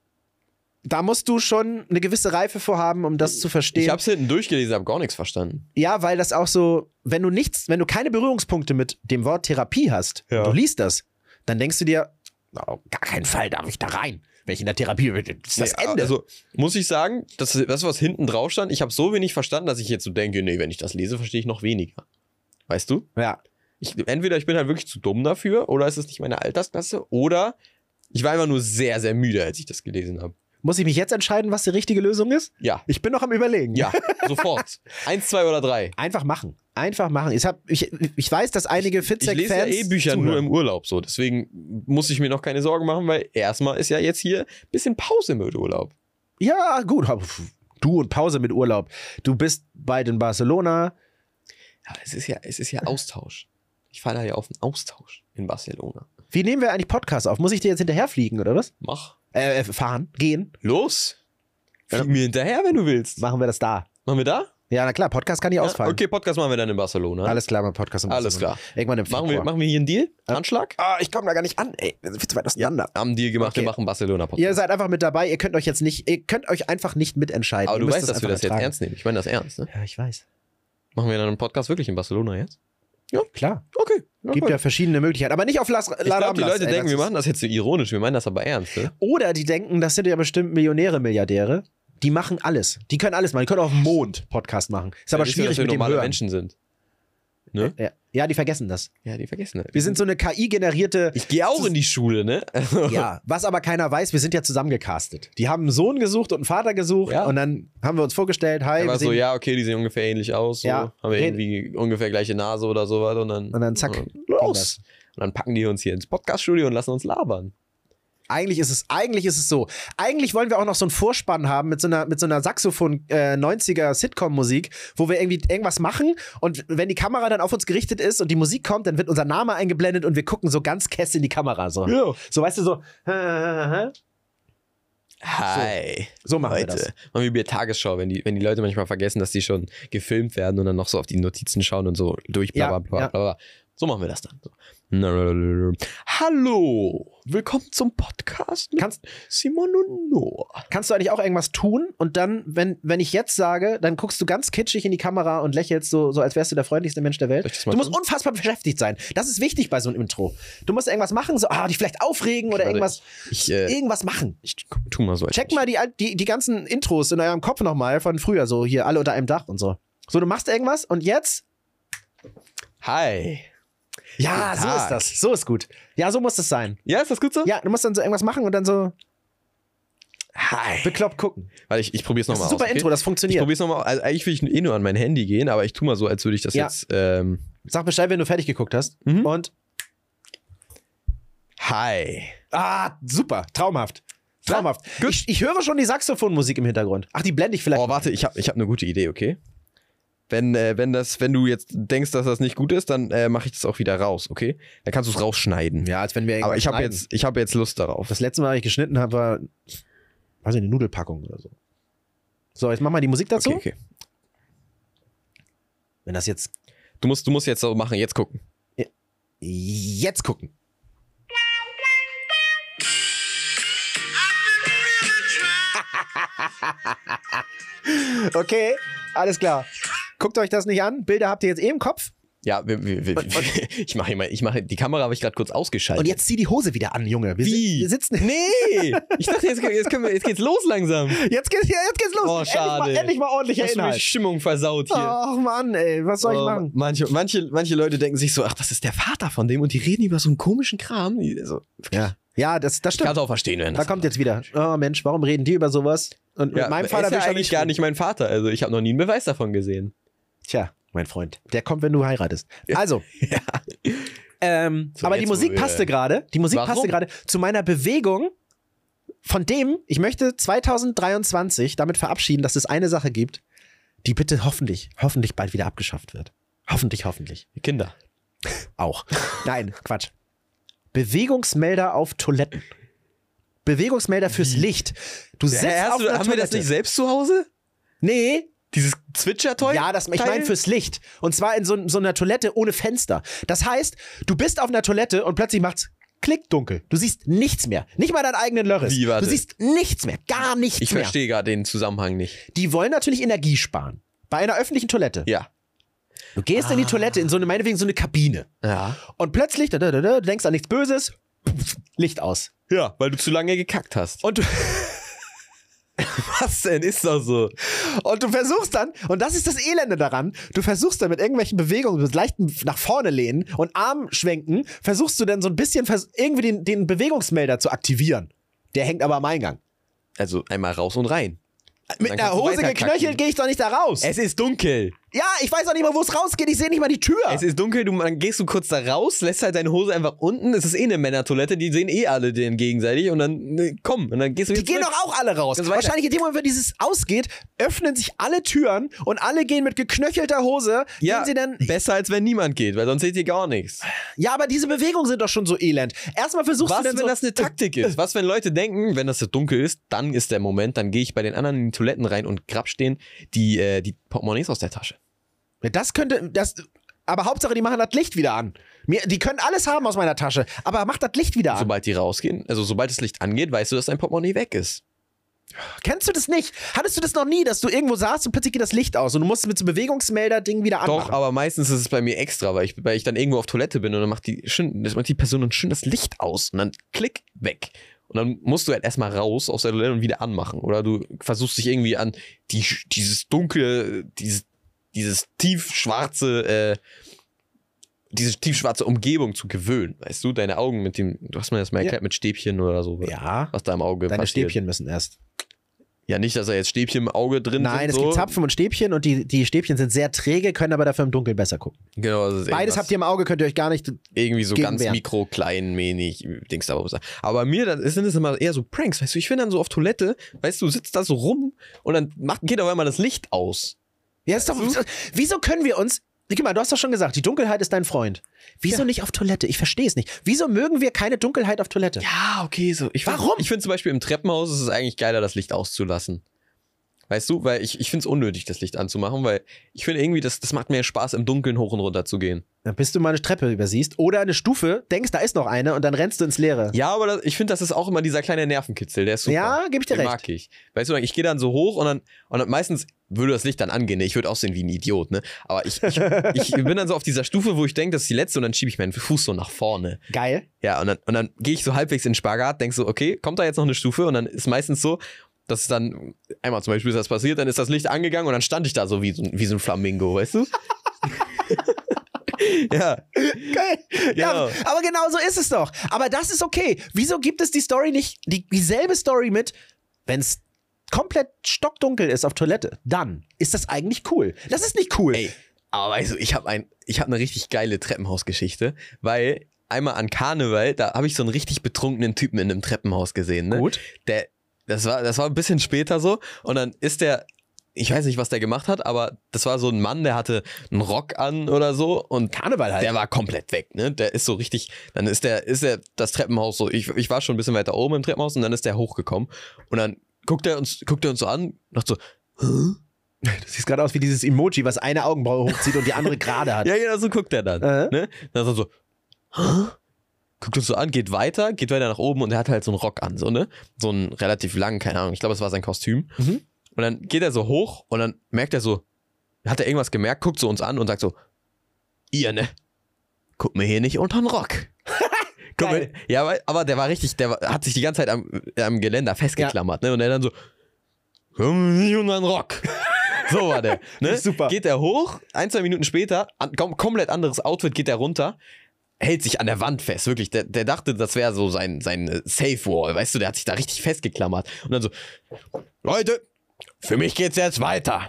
da musst du schon eine gewisse Reife vorhaben, um das zu verstehen. Ich habe es hinten durchgelesen, habe gar nichts verstanden. Ja, weil das auch so, wenn du nichts, wenn du keine Berührungspunkte mit dem Wort Therapie hast, Ja. und du liest das, dann denkst du dir, auf gar keinen Fall darf ich da rein. Wenn ich in der Therapie bin, das ist das Nee, Ende. Also muss ich sagen, das, das was hinten drauf stand, ich habe so wenig verstanden, dass ich jetzt so denke, nee, wenn ich das lese, verstehe ich noch weniger. Weißt du? ja. Ich, entweder ich bin halt wirklich zu dumm dafür, oder es ist nicht meine Altersklasse, oder ich war einfach nur sehr, sehr müde, als ich das gelesen habe. Muss ich mich jetzt entscheiden, was die richtige Lösung ist? Ja, Ich bin noch am Überlegen. ja, sofort. Eins, zwei oder drei. Einfach machen. Einfach machen. Ich, hab, ich, ich weiß, dass einige Ich lese ja Fitzek-Fans eh Bücher nur im Urlaub so, deswegen muss ich mir noch keine Sorgen machen, weil erstmal ist ja jetzt hier ein bisschen Pause mit Urlaub. Ja, gut. Du und Pause mit Urlaub. Du bist bald in Barcelona. Aber es ist ja, es ist ja Austausch. Ich fahre da ja auf einen Austausch in Barcelona. Wie nehmen wir eigentlich Podcast auf? Muss ich dir jetzt hinterherfliegen, oder was? Mach. Äh, äh, fahren, gehen. Los. Flieg mir hinterher, wenn du willst. Machen wir das da. Machen wir da? Ja, na klar, Podcast kann nicht Ja, ausfallen. okay, Podcast machen wir dann in Barcelona. Alles klar, mein Podcast. in Alles Barcelona. klar. Irgendwann im Machen wir, Februar. machen wir hier einen Deal? Anschlag? Ah, ich komme da gar nicht an, ey. Wir sind viel zu weit auseinander. Haben einen Deal gemacht, Okay. wir machen Barcelona-Podcast. Ihr seid einfach mit dabei, ihr könnt euch jetzt nicht, ihr könnt euch einfach nicht mitentscheiden. Aber Ihr du müsst weißt, dass wir einfach das jetzt ertragen. ernst nehmen. Ich meine das ernst, ne? Ja, ich weiß. Machen wir dann einen Podcast wirklich in Barcelona jetzt? Klar. Okay. Ja, Gibt cool. ja verschiedene Möglichkeiten, aber nicht auf Las Ich glaube, die Leute denken, wir machen das jetzt so ironisch, wir meinen das aber ernst, ne? Oder die denken, das sind ja bestimmt Millionäre, Milliardäre. Die machen alles. Die können alles machen. Die können auf dem Mond Podcast machen. Ist aber Ja, schwierig dass wir mit dem normale Hören. Menschen sind. Ne? Ja. ja, die vergessen das. Ja, die vergessen das. Wir sind so eine K I-generierte. Ich gehe auch in die Schule, ne? Ja, was aber keiner weiß, wir sind ja zusammengecastet. Die haben einen Sohn gesucht und einen Vater gesucht Ja. und dann haben wir uns vorgestellt, hi, wir Aber so, sehen, ja, okay, die sehen ungefähr ähnlich aus. So. Ja. Haben wir Reden- irgendwie ungefähr gleiche Nase oder sowas. Und dann, und dann zack, und ging los. das. Und dann packen die uns hier ins Podcast-Studio und lassen uns labern. Eigentlich ist es, eigentlich ist es so. Eigentlich wollen wir auch noch so einen Vorspann haben mit so einer, mit so einer Saxophon-neunziger-Sitcom-Musik, wo wir irgendwie irgendwas machen und wenn die Kamera dann auf uns gerichtet ist und die Musik kommt, dann wird unser Name eingeblendet und wir gucken so ganz kess in die Kamera. So, Ja. so weißt du, so. Hi. So machen Leute. wir das. Machen wir wie bei Tagesschau, wenn die, wenn die Leute manchmal vergessen, dass die schon gefilmt werden und dann noch so auf die Notizen schauen und so durch bla Ja, bla bla ja. bla. bla. So machen wir das dann. So. Hallo, willkommen zum Podcast mit Kannst- Simon und Noah. Kannst du eigentlich auch irgendwas tun und dann, wenn, wenn ich jetzt sage, dann guckst du ganz kitschig in die Kamera und lächelst so, so als wärst du der freundlichste Mensch der Welt. Soll ich das mal Du musst tun? unfassbar beschäftigt sein. Das ist wichtig bei so einem Intro. Du musst irgendwas machen, so, ah, dich vielleicht aufregen oder Warte, irgendwas, Ich, äh, irgendwas machen. ich tu mal so. als Check ich- mal die, al- die, die ganzen Intros in eurem Kopf nochmal von früher, so hier alle unter einem Dach und so. So, du machst irgendwas und jetzt? Hi. Ja, Guten so Tag. ist das. So ist gut. Ja, so muss es sein. Ja, ist das gut so? Ja, du musst dann so irgendwas machen und dann so Hi. bekloppt gucken. Warte, ich, ich probier's Das ist nochmal ein aus. super okay? Intro, das Ich funktioniert. probier's nochmal. Also eigentlich will ich eh nur an mein Handy gehen, aber ich tu mal so, als würde ich das Ja. jetzt. Ähm, Sag Bescheid, wenn du fertig geguckt hast. Mhm. Und Hi. ah, super, traumhaft. Traumhaft. gut. Ich, ich höre schon die Saxophonmusik im Hintergrund. Ach, die blende ich vielleicht. Oh, warte, ich habe ich hab eine gute Idee, okay? Wenn, äh, wenn, das, wenn du jetzt denkst, dass das nicht gut ist, dann äh, mache ich das auch wieder raus, okay? Dann kannst du es rausschneiden. Ja, als wenn wir Aber irgendwas ich habe schneiden. jetzt, ich hab jetzt Lust darauf. Das letzte Mal, als ich geschnitten habe, war, weiß ich, eine Nudelpackung oder so. So, jetzt mach mal die Musik dazu. Okay, okay. Wenn das jetzt Du musst, du musst jetzt so machen, jetzt gucken. jetzt gucken. Okay, alles klar. Guckt euch das nicht an. Bilder habt ihr jetzt eh im Kopf. Ja, wir, wir, wir, ich mache immer, ich mache, die Kamera habe ich gerade kurz ausgeschaltet. Und jetzt zieh die Hose wieder an, Junge. Wir, Wie? si- wir sitzen. Nee! Ich dachte, jetzt, jetzt, können wir, jetzt geht's los langsam. Jetzt geht's, jetzt geht's los. Oh, schade. Endlich mal, endlich mal ordentlicher Hast du mir die Inhalt. Stimmung versaut hier. Ach Mann, ey, was soll ich Oh, machen? Manche, manche, manche Leute denken sich so, ach, das ist der Vater von dem und die reden über so einen komischen Kram. Die- So, Ja, ja, das, das ich kann stimmt. es auch verstehen, wenn Da das kommt jetzt wieder. Oh Mensch, warum reden die über sowas? Und ja, mit meinem er Vater ist will ja ich doch eigentlich gar nicht mein Vater. Also ich habe noch nie einen Beweis davon gesehen. Tja, mein Freund, der kommt, wenn du heiratest. Also, Ja. ähm, So, aber die jetzt, wo Musik wir- passte gerade. Die Musik Warum? passte gerade zu meiner Bewegung. Von dem, ich möchte zwanzig dreiundzwanzig damit verabschieden, dass es eine Sache gibt, die bitte hoffentlich, hoffentlich bald wieder abgeschafft wird. Hoffentlich, hoffentlich. Kinder. Auch. Nein, Quatsch. Bewegungsmelder auf Toiletten. Bewegungsmelder fürs Licht. Du sitzt Hä, hast auf du, einer haben wir das Toilette. nicht selbst zu Hause? Nee, Dieses Zwitscher-Toy? ja, das, ich meine fürs Licht. Und zwar in so, so einer Toilette ohne Fenster. Das heißt, du bist auf einer Toilette und plötzlich macht's klick dunkel. Du siehst nichts mehr. Nicht mal deinen eigenen Lörres. Wie, warte. Du siehst nichts mehr. Gar nichts Ich mehr. verstehe gerade den Zusammenhang nicht. Die wollen natürlich Energie sparen. Bei einer öffentlichen Toilette. Ja. Du gehst in die Toilette, in so eine, meinetwegen so eine Kabine. Ja. Und plötzlich, da, da, da, da, du denkst an nichts Böses, pf, Licht aus. Ja, weil du zu lange gekackt hast. Und du, Was denn? Ist doch so. und du versuchst dann, und das ist das Elende daran, du versuchst dann mit irgendwelchen Bewegungen, mit leichten nach vorne lehnen und Arm schwenken, versuchst du dann so ein bisschen vers- irgendwie den, den Bewegungsmelder zu aktivieren. Der hängt aber am Eingang. Also einmal raus und rein. Mit Dann einer kannst du Hose weiter geknöchelt kacken. gehe ich doch nicht da raus. Es ist dunkel. Ja, ich weiß auch nicht mal, wo es rausgeht. Ich sehe nicht mal die Tür. Es ist dunkel, du, dann gehst du kurz da raus, lässt halt deine Hose einfach unten. Es ist eh eine Männertoilette, die sehen eh alle den gegenseitig und dann, ne, komm, und dann gehst du Die wieder gehen zurück. doch auch alle raus. Ganz weiter. Wahrscheinlich in dem Moment, wenn dieses ausgeht, öffnen sich alle Türen und alle gehen mit geknöchelter Hose. Ja, Gehen sie dann, besser als wenn niemand geht, weil sonst seht ihr gar nichts. ja, aber diese Bewegungen sind doch schon so elend. Erstmal versuchst Was, du dann wenn so, das eine Taktik ist? Was, wenn Leute denken, wenn das so dunkel ist, dann ist der Moment, dann gehe ich bei den anderen in die Toiletten rein und grab stehen die, äh, die Portemonnaies aus der Tasche. Das könnte, das, aber Hauptsache, die machen das Licht wieder an. Mir, die können alles haben aus meiner Tasche, aber mach das Licht wieder an. Sobald die rausgehen, also sobald das Licht angeht, weißt du, dass dein Portemonnaie weg ist. Kennst du das nicht? Hattest du das noch nie, dass du irgendwo saßt und plötzlich geht das Licht aus und du musst mit so einem Bewegungsmelder-Ding wieder anmachen? Doch, aber meistens ist es bei mir extra, weil ich, weil ich dann irgendwo auf Toilette bin und dann macht die, schön, das macht die Person dann schön das Licht aus und dann klick, weg. Und dann musst du halt erstmal raus aus der Toilette und wieder anmachen. Oder du versuchst dich irgendwie an die, dieses dunkle, dieses, dieses tiefschwarze, äh, diese tiefschwarze Umgebung zu gewöhnen. Weißt du, deine Augen mit dem, du hast mir das mal erklärt, mit Stäbchen oder so. Ja. Was da im Auge Deine passiert. Stäbchen müssen erst. Ja, nicht, dass er jetzt Stäbchen im Auge drin Nein, sind. es so. gibt Zapfen und Stäbchen und die, die Stäbchen sind sehr träge, können aber dafür im Dunkeln besser gucken. Genau, das ist Beides habt ihr im Auge, könnt ihr euch gar nicht. irgendwie so gegen ganz wehren. mikro, klein, wenig, Dings da. Aber bei mir dann sind es immer eher so Pranks, weißt du, ich bin dann so auf Toilette, weißt du, sitzt da so rum und dann macht, geht auf einmal das Licht aus. Ja, ist doch. Wieso können wir uns. Guck mal, du hast doch schon gesagt, die Dunkelheit ist dein Freund. Wieso Ja. nicht auf Toilette? Ich verstehe es nicht. Wieso mögen wir keine Dunkelheit auf Toilette? Ja, okay, so. Ich find, Warum? Ich finde zum Beispiel im Treppenhaus ist es eigentlich geiler, das Licht auszulassen. Weißt du, weil ich, ich finde es unnötig, das Licht anzumachen, weil ich finde irgendwie, das, das macht mehr Spaß, im Dunkeln hoch und runter zu gehen. Dann bist du mal eine Treppe übersiehst oder eine Stufe, denkst, da ist noch eine und dann rennst du ins Leere. Ja, aber das, ich finde, das ist auch immer dieser kleine Nervenkitzel, der ist super. Ja, geb ich dir Den recht. mag ich. Weißt du, ich gehe dann so hoch und dann, und dann meistens würde das Licht dann angehen. Ich würde aussehen wie ein Idiot, ne? Aber ich, ich, ich bin dann so auf dieser Stufe, wo ich denke, das ist die letzte und dann schiebe ich meinen Fuß so nach vorne. Geil. Ja, und dann, und dann gehe ich so halbwegs in den Spagat, denk so, okay, kommt da jetzt noch eine Stufe? Und dann ist meistens so, dass es dann, einmal zum Beispiel ist das passiert, dann ist das Licht angegangen und dann stand ich da so wie so, wie so ein Flamingo, weißt du? Ja. Geil. Ja, Genau. aber genau so ist es doch. Aber das ist okay. Wieso gibt es die Story nicht, die, dieselbe Story mit, wenn es komplett stockdunkel ist auf Toilette, dann ist das eigentlich cool. Das ist nicht cool. Ey, aber weißt du, ich habe ein, ich habe eine richtig geile Treppenhausgeschichte, weil einmal an Karneval, da habe ich so einen richtig betrunkenen Typen in einem Treppenhaus gesehen, ne? Gut. Der, das war, das war ein bisschen später so und dann ist der, ich weiß nicht, was der gemacht hat, aber das war so ein Mann, der hatte einen Rock an oder so und Karneval halt. der war komplett weg, ne? Der ist so richtig, dann ist der, ist der das Treppenhaus so, ich, ich war schon ein bisschen weiter oben im Treppenhaus und dann ist der hochgekommen und dann guckt er uns, guckt er uns so an und sagt so, hä? Das sieht gerade aus wie dieses Emoji, was eine Augenbraue hochzieht und die andere gerade hat. Ja, genau, so guckt er dann. Äh. Ne? Dann so, so, hä? Guckt uns so an, geht weiter, geht weiter nach oben und er hat halt so einen Rock an, so, ne? So einen relativ langen, keine Ahnung, ich glaube, es war sein Kostüm. Mhm. Und dann geht er so hoch und dann merkt er so, hat er irgendwas gemerkt, guckt so uns an und sagt so, ihr, ne? Guckt mir hier nicht unter den Rock. Guck Geil. mir, ja, weil- aber der war richtig, der war, hat sich die ganze Zeit am, am Geländer festgeklammert, ne? Und er dann so, guck mir nicht unter den Rock. So war der. Ne? Super. Geht er hoch, ein, zwei Minuten später, an, kom komplett anderes Outfit, geht er runter, hält sich an der Wand fest, wirklich. Der, der dachte, das wäre so sein, sein äh, Safe Wall, weißt du, der hat sich da richtig festgeklammert. Und dann so, Leute, für mich geht's jetzt weiter.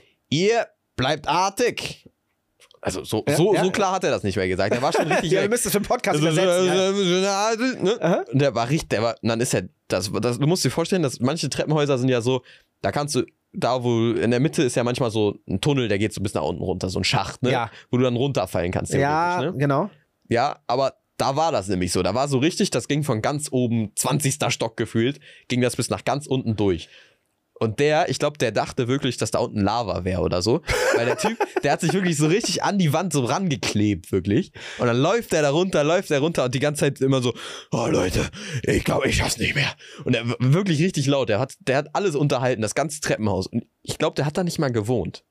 Ihr bleibt artig. Also so, Ja, so, ja. so klar hat er das nicht mehr gesagt. Der war schon richtig. Ja, wir weg. müssen das für den Podcast Also, übersetzen. ja. so, so, so, so, ne? Aha. Und der war richtig, der war, und dann ist er, das, das, du musst dir vorstellen, dass manche Treppenhäuser sind ja so, da kannst du, da wo, in der Mitte ist ja manchmal so ein Tunnel, der geht so bis nach unten runter, so ein Schacht, ne? Ja. Wo du dann runterfallen kannst. Ja, theoretisch, ne? genau. Ja, aber da war das nämlich so, da war so richtig, das ging von ganz oben, zwanzigster Stock gefühlt, ging das bis nach ganz unten durch. Und der, ich glaube, der dachte wirklich, dass da unten Lava wäre oder so. Weil der Typ, der hat sich wirklich so richtig an die Wand so rangeklebt, wirklich. Und dann läuft der da runter, läuft der runter und die ganze Zeit immer so, oh Leute, ich glaube, ich schaff's nicht mehr. Und er war wirklich richtig laut. Der hat, der hat alles unterhalten, das ganze Treppenhaus. Und ich glaube, der hat da nicht mal gewohnt.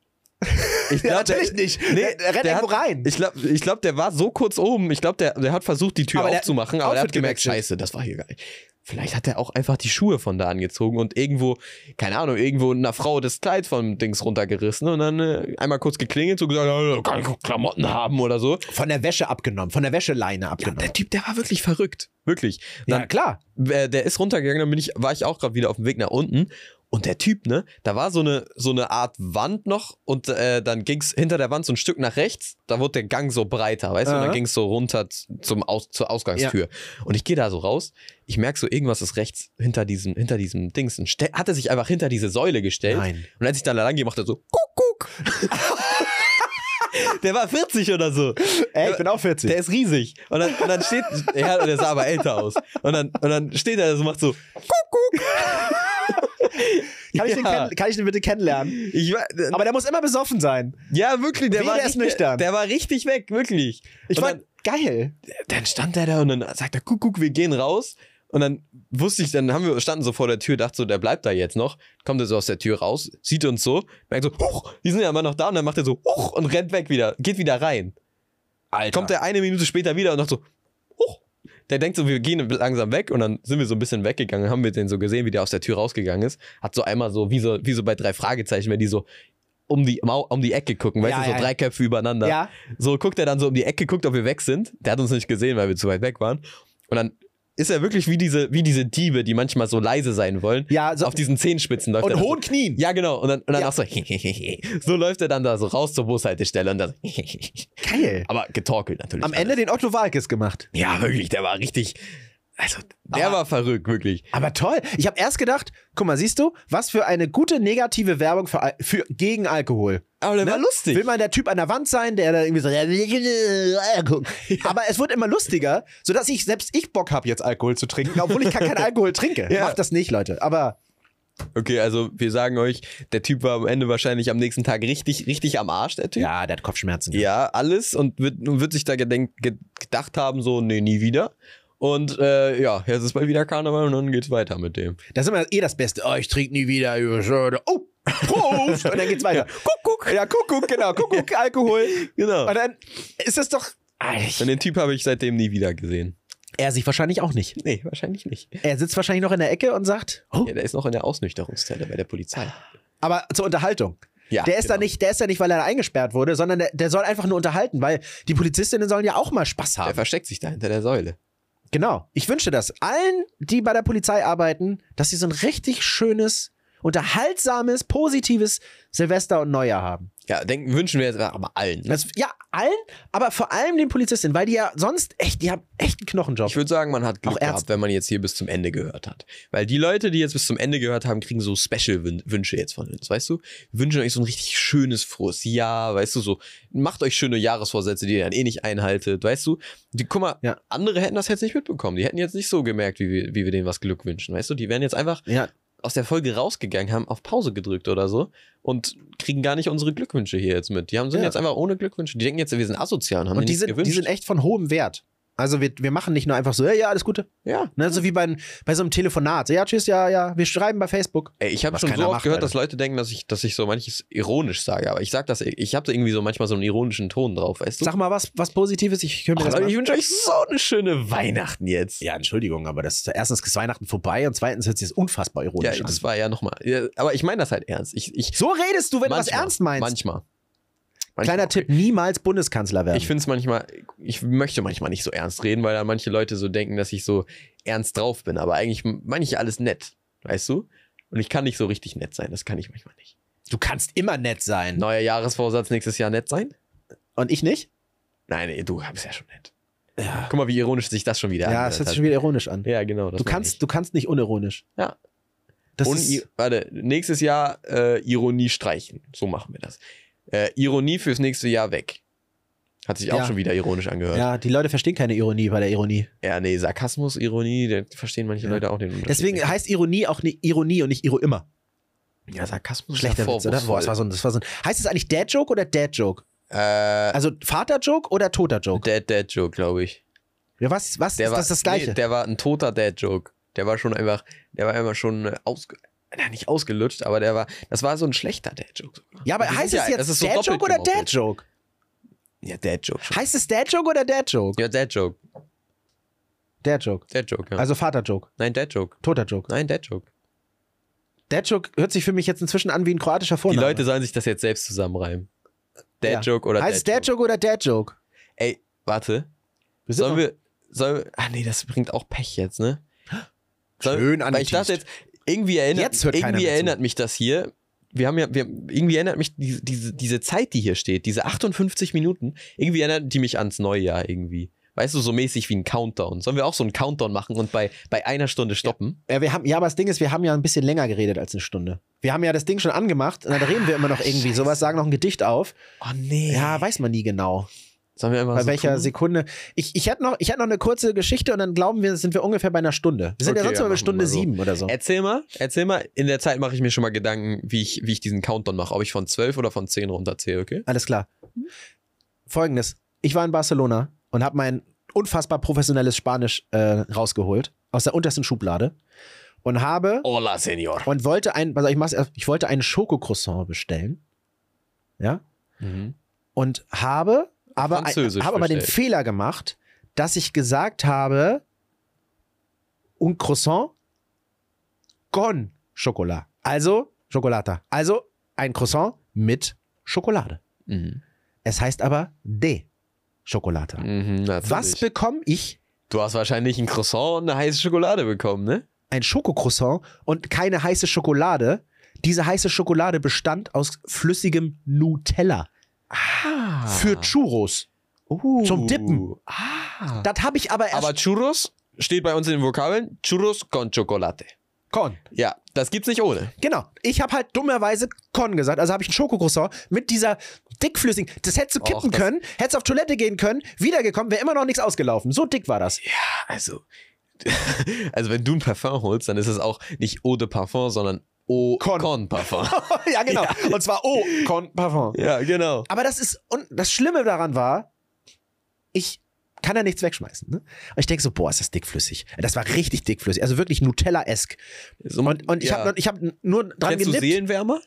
Ich Ja, glaub, der- natürlich nicht. Nee, Der- der rennt der irgendwo hat, rein. Ich glaube, ich glaub, der war so kurz oben. Ich glaube, der, der hat versucht, die Tür Aber der aufzumachen, aber der hat Outfit gemerkt, gewechselt. scheiße, das war hier geil. Vielleicht hat er auch einfach die Schuhe von da angezogen und irgendwo, keine Ahnung, irgendwo einer Frau das Kleid vom Dings runtergerissen und dann äh, einmal kurz geklingelt und gesagt, ja, kann ich Klamotten haben oder so. Von der Wäsche abgenommen, von der Wäscheleine abgenommen. Der Typ, der war wirklich verrückt. Wirklich. Ja, Dann, klar. äh, der ist runtergegangen, dann bin ich, war ich auch gerade wieder auf dem Weg nach unten. Und der Typ, ne, da war so eine, so eine Art Wand noch und äh, dann ging's hinter der Wand so ein Stück nach rechts, da wurde der Gang so breiter, weißt du, und Aha. dann ging's so runter z- zum Aus, zur Ausgangstür. Und ich gehe da so raus, ich merke so, irgendwas ist rechts hinter diesem, hinter diesem Dings. Und ste- hat er sich einfach hinter diese Säule gestellt. Nein. Und als ich dann da lang gehe, macht er so, guck, guck. Der war vierzig oder so. Ey, ich bin auch vierzig. Der ist riesig. Und dann, und dann steht, ja, der sah aber älter aus. Und dann, und dann steht er so, macht so, guck, kann, ich den Ja. kenn- kann ich den bitte kennenlernen? Ich war, Aber der muss immer besoffen sein. ja, wirklich, der Wie, war, der ist richtig, nüchtern. der war richtig weg, wirklich. Ich und fand, geil. dann, dann stand er da und dann sagt er, guck, guck, wir gehen raus. Und dann wusste ich, dann haben wir, standen so vor der Tür, dachte so, der bleibt da jetzt noch. Kommt er so aus der Tür raus, sieht uns so, merkt so, huch, die sind ja immer noch da. Und dann macht er so, huch, und rennt weg wieder, geht wieder rein. Alter. Kommt er eine Minute später wieder und sagt so, huch. Der denkt so, wir gehen langsam weg und dann sind wir so ein bisschen weggegangen, haben wir den so gesehen, wie der aus der Tür rausgegangen ist. Hat so einmal so, wie so, wie so bei drei Fragezeichen, wenn die so um die, Mau- um die Ecke gucken, weißt Ja, du, so ja, drei Köpfe übereinander. Ja. So guckt er dann so um die Ecke, guckt, ob wir weg sind. Der hat uns nicht gesehen, weil wir zu weit weg waren. Und dann ist er wirklich wie diese, wie diese Diebe, die manchmal so leise sein wollen. Ja, so, auf diesen Zehenspitzen läuft und er dann hohen so. Knien. Ja, genau. Und dann, und dann Ja. auch so, so läuft er dann da so raus zur Bushaltestelle und dann Geil. aber getorkelt natürlich. Am alles. Ende den Otto Walkes gemacht. Ja, wirklich, der war richtig, also der Aber- war verrückt, wirklich. Aber toll. Ich habe erst gedacht, guck mal, siehst du, was für eine gute negative Werbung für, Al- für gegen Alkohol. Aber der Ne? war lustig. Will man der Typ an der Wand sein, der da irgendwie so. Aber es wird immer lustiger, sodass ich selbst ich Bock habe, jetzt Alkohol zu trinken, obwohl ich gar keinen Alkohol trinke. Ja. Macht das nicht, Leute. Aber Okay, also wir sagen euch, der Typ war am Ende wahrscheinlich am nächsten Tag richtig, richtig am Arsch, der Typ. ja, der hat Kopfschmerzen. Ja, alles und wird, wird sich da gedenk, ge- gedacht haben, so, nee, nie wieder. Und äh, ja, jetzt ist bald wieder Karneval und dann geht's weiter mit dem. Das ist immer eh das Beste. Oh, ich trinke nie wieder. Oh, Prost! Und dann geht's weiter. Kuckuck. Ja, Kuckuck, genau. Kuckuck, Alkohol. Genau. Und dann ist es doch. Und den Typ habe ich seitdem nie wieder gesehen. Er sich wahrscheinlich auch nicht. Nee, wahrscheinlich nicht. Er sitzt wahrscheinlich noch in der Ecke und sagt, oh, Ja, der ist noch in der Ausnüchterungszelle bei der Polizei. aber zur Unterhaltung. Ja, Der ist genau. da nicht, der ist da nicht, weil er da eingesperrt wurde, sondern der, der soll einfach nur unterhalten, weil die Polizistinnen sollen ja auch mal Spaß Der haben. versteckt sich da hinter der Säule. Genau. Ich wünsche das allen, die bei der Polizei arbeiten, dass sie so ein richtig schönes, unterhaltsames, positives Silvester und Neujahr haben. Ja, denken, wünschen wir jetzt aber allen. Ne? Das, ja, allen, aber vor allem den Polizistinnen, weil die ja sonst echt, die haben echt einen Knochenjob. Ich würde sagen, man hat Glück Auch gehabt, Ärzte. wenn man jetzt hier bis zum Ende gehört hat. Weil die Leute, die jetzt bis zum Ende gehört haben, kriegen so Special-Wünsche jetzt von uns, weißt du? Wir wünschen euch so ein richtig schönes, frohes Jahr, weißt du, so, macht euch schöne Jahresvorsätze, die ihr dann eh nicht einhaltet, weißt du? Die, guck mal, Ja. andere hätten das jetzt nicht mitbekommen. Die hätten jetzt nicht so gemerkt, wie wir, wie wir denen was Glück wünschen, weißt du? Die wären jetzt einfach Ja, aus der Folge rausgegangen, haben auf Pause gedrückt oder so und kriegen gar nicht unsere Glückwünsche hier jetzt mit. Die haben, sind Ja. jetzt einfach ohne Glückwünsche. Die denken jetzt, wir sind asozial und haben und die nichts sind, gewünscht. die sind echt von hohem Wert. Also wir, wir machen nicht nur einfach so, ja, ja, alles Gute. ja. Ne, so wie bei, bei so einem Telefonat. So, ja, tschüss, ja, ja, wir schreiben bei Facebook. Ey, ich habe Was schon so keiner oft macht, gehört, Alter. dass Leute denken, dass ich, dass ich so manches ironisch sage. Aber ich sag das, ich habe da irgendwie so manchmal so einen ironischen Ton drauf, weißt du? Sag mal was, was Positives, ich höre mir Ach, das Leute, mal ich wünsche euch so eine schöne Weihnachten jetzt. Ja, Entschuldigung, aber das ist erstens ist Weihnachten vorbei und zweitens hört sich das unfassbar Ja, ironisch das an. war ja nochmal. Ja, aber ich meine das halt ernst. Ich, ich, So redest du, wenn du was manchmal, ernst meinst. Manchmal. Kleiner Tipp, niemals Bundeskanzler werden. Ich finde es manchmal, ich möchte manchmal nicht so ernst reden, weil dann manche Leute so denken, dass ich so ernst drauf bin. Aber eigentlich meine ich alles nett, weißt du? Und ich kann nicht so richtig nett sein, das kann ich manchmal nicht. Du kannst immer nett sein. Neuer Jahresvorsatz nächstes Jahr nett sein? Und ich nicht? Nein, nee, du bist ja schon nett. Ja, Guck mal, wie ironisch sich das schon wieder ja anhört das hört hat. sich schon wieder ironisch an. Ja, genau. Das Du meine kannst, du kannst nicht unironisch. Ja. Das Und, ist, i- warte, nächstes Jahr äh, Ironie streichen. So machen wir das. Äh, Ironie fürs nächste Jahr weg. Hat sich auch Ja. schon wieder ironisch angehört. Ja, ja, die Leute verstehen keine Ironie bei der Ironie. nee, Sarkasmus, Ironie, da verstehen manche Ja. Leute auch den Unterschied Deswegen nicht. heißt Ironie auch nicht Ironie und nicht Iro immer. Ja, Sarkasmus Schlechter ist ja Witz, oder? Boah, vorwurfsvoll. das war so ein, das war so ein, heißt es eigentlich Dad-Joke oder Dad-Joke? Äh, Also Vater-Joke oder Toter-Joke? Dad Dad Joke, glaube ich. Ja, was was Der ist war, das das Gleiche? Nee, der war ein toter Dad Joke. Der war schon einfach, der war immer schon äh, ausge, na, nicht ausgelutscht, aber der war, das war so ein schlechter Dad Joke. sogar. ja, aber Die heißt sind es ja- das jetzt ist so Dad-Joke doppelt oder gemoppelt. Dad-Joke? Ja, Dad Joke. schon. Heißt es Dad-Joke oder Dad-Joke? Ja, Dad Joke. Dad-Joke. Dad Joke, ja. Also Vater-Joke, Nein, Dad Joke. Toter-Joke. Nein, Dad Joke. Dad-Joke hört sich für mich jetzt inzwischen an wie ein kroatischer Die Vorname. Leute sollen sich das jetzt selbst zusammenreimen. Dad Ja. Joke oder heißt es Dad Joke. Dad-Joke oder Dad-Joke? Ey, warte. Wir sind Sollen noch- wir, sollen wir, ah nee, das bringt auch Pech jetzt, ne? Soll- Schön Weil ich dachte angeteased. jetzt, irgendwie erinnert, Jetzt hört keiner irgendwie mehr zu. erinnert mich das hier. Wir haben ja, wir, irgendwie erinnert mich diese, diese, diese Zeit, die hier steht, diese achtundfünfzig Minuten, irgendwie erinnert die mich ans Neujahr irgendwie. Weißt du, so mäßig wie ein Countdown. Sollen wir auch so einen Countdown machen und bei, bei einer Stunde stoppen? Ja, wir haben, ja, aber das Ding ist, wir haben ja ein bisschen länger geredet als eine Stunde. Wir haben ja das Ding schon angemacht und dann reden wir immer noch irgendwie sowas, sagen noch ein Gedicht auf. Oh nee. Ja, weiß man nie genau. Sollen wir einfach Bei so welcher tun? Sekunde. Ich, ich hätte noch, ich hätte noch eine kurze Geschichte und dann glauben wir, sind wir ungefähr bei einer Stunde. Wir sind ja Okay, sonst ja, immer bei machen wir Stunde mal so. sieben oder so. Erzähl mal, erzähl mal, in der Zeit mache ich mir schon mal Gedanken, wie ich, wie ich diesen Countdown mache. Ob ich von zwölf oder von zehn runterzähle, okay? Alles klar. Folgendes. Ich war in Barcelona und habe mein unfassbar professionelles Spanisch äh, rausgeholt. Aus der untersten Schublade. Und habe Hola, Senor. und wollte ein, also ich mach's erst, ich wollte einen Schokocroissant bestellen. Ja. Mhm. Und habe aber, ein, Französisch habe aber den bestellt. Fehler gemacht, dass ich gesagt habe, un croissant con Chocolat. Also Chocolata. Also ein Croissant mit Schokolade. Mhm. Es heißt aber de Chocolata. Mhm, Was natürlich. bekomme ich Du hast wahrscheinlich ein Croissant und eine heiße Schokolade bekommen, ne? Ein Schokocroissant und keine heiße Schokolade. Diese heiße Schokolade bestand aus flüssigem Nutella. Ah. Für Churros. Uh. Zum Dippen. Ah. Das habe ich aber erst... Aber Churros steht bei uns in den Vokabeln. Churros con chocolate. Con. Ja, das gibt's nicht ohne. Genau. Ich habe halt dummerweise Con gesagt. Also habe ich ein Schokocroissant mit dieser dickflüssigen... Das hättest du kippen Och, das- können, hättest auf Toilette gehen können, wiedergekommen, wäre immer noch nichts ausgelaufen. So dick war das. Ja, also... Also wenn du ein Parfum holst, dann ist es auch nicht Eau de Parfum, sondern Eau Con. con Parfum. Ja, genau. Und zwar oh, Con Parfum. Ja, genau. Aber das ist... Und das Schlimme daran war, ich kann da nichts wegschmeißen. Ne? Und ich denke so, boah, ist das dickflüssig. Das war richtig dickflüssig. Also wirklich Nutella-esk. So, Und, und ich ja. habe ich hab nur dran Kennst du genippt. Seelenwärmer?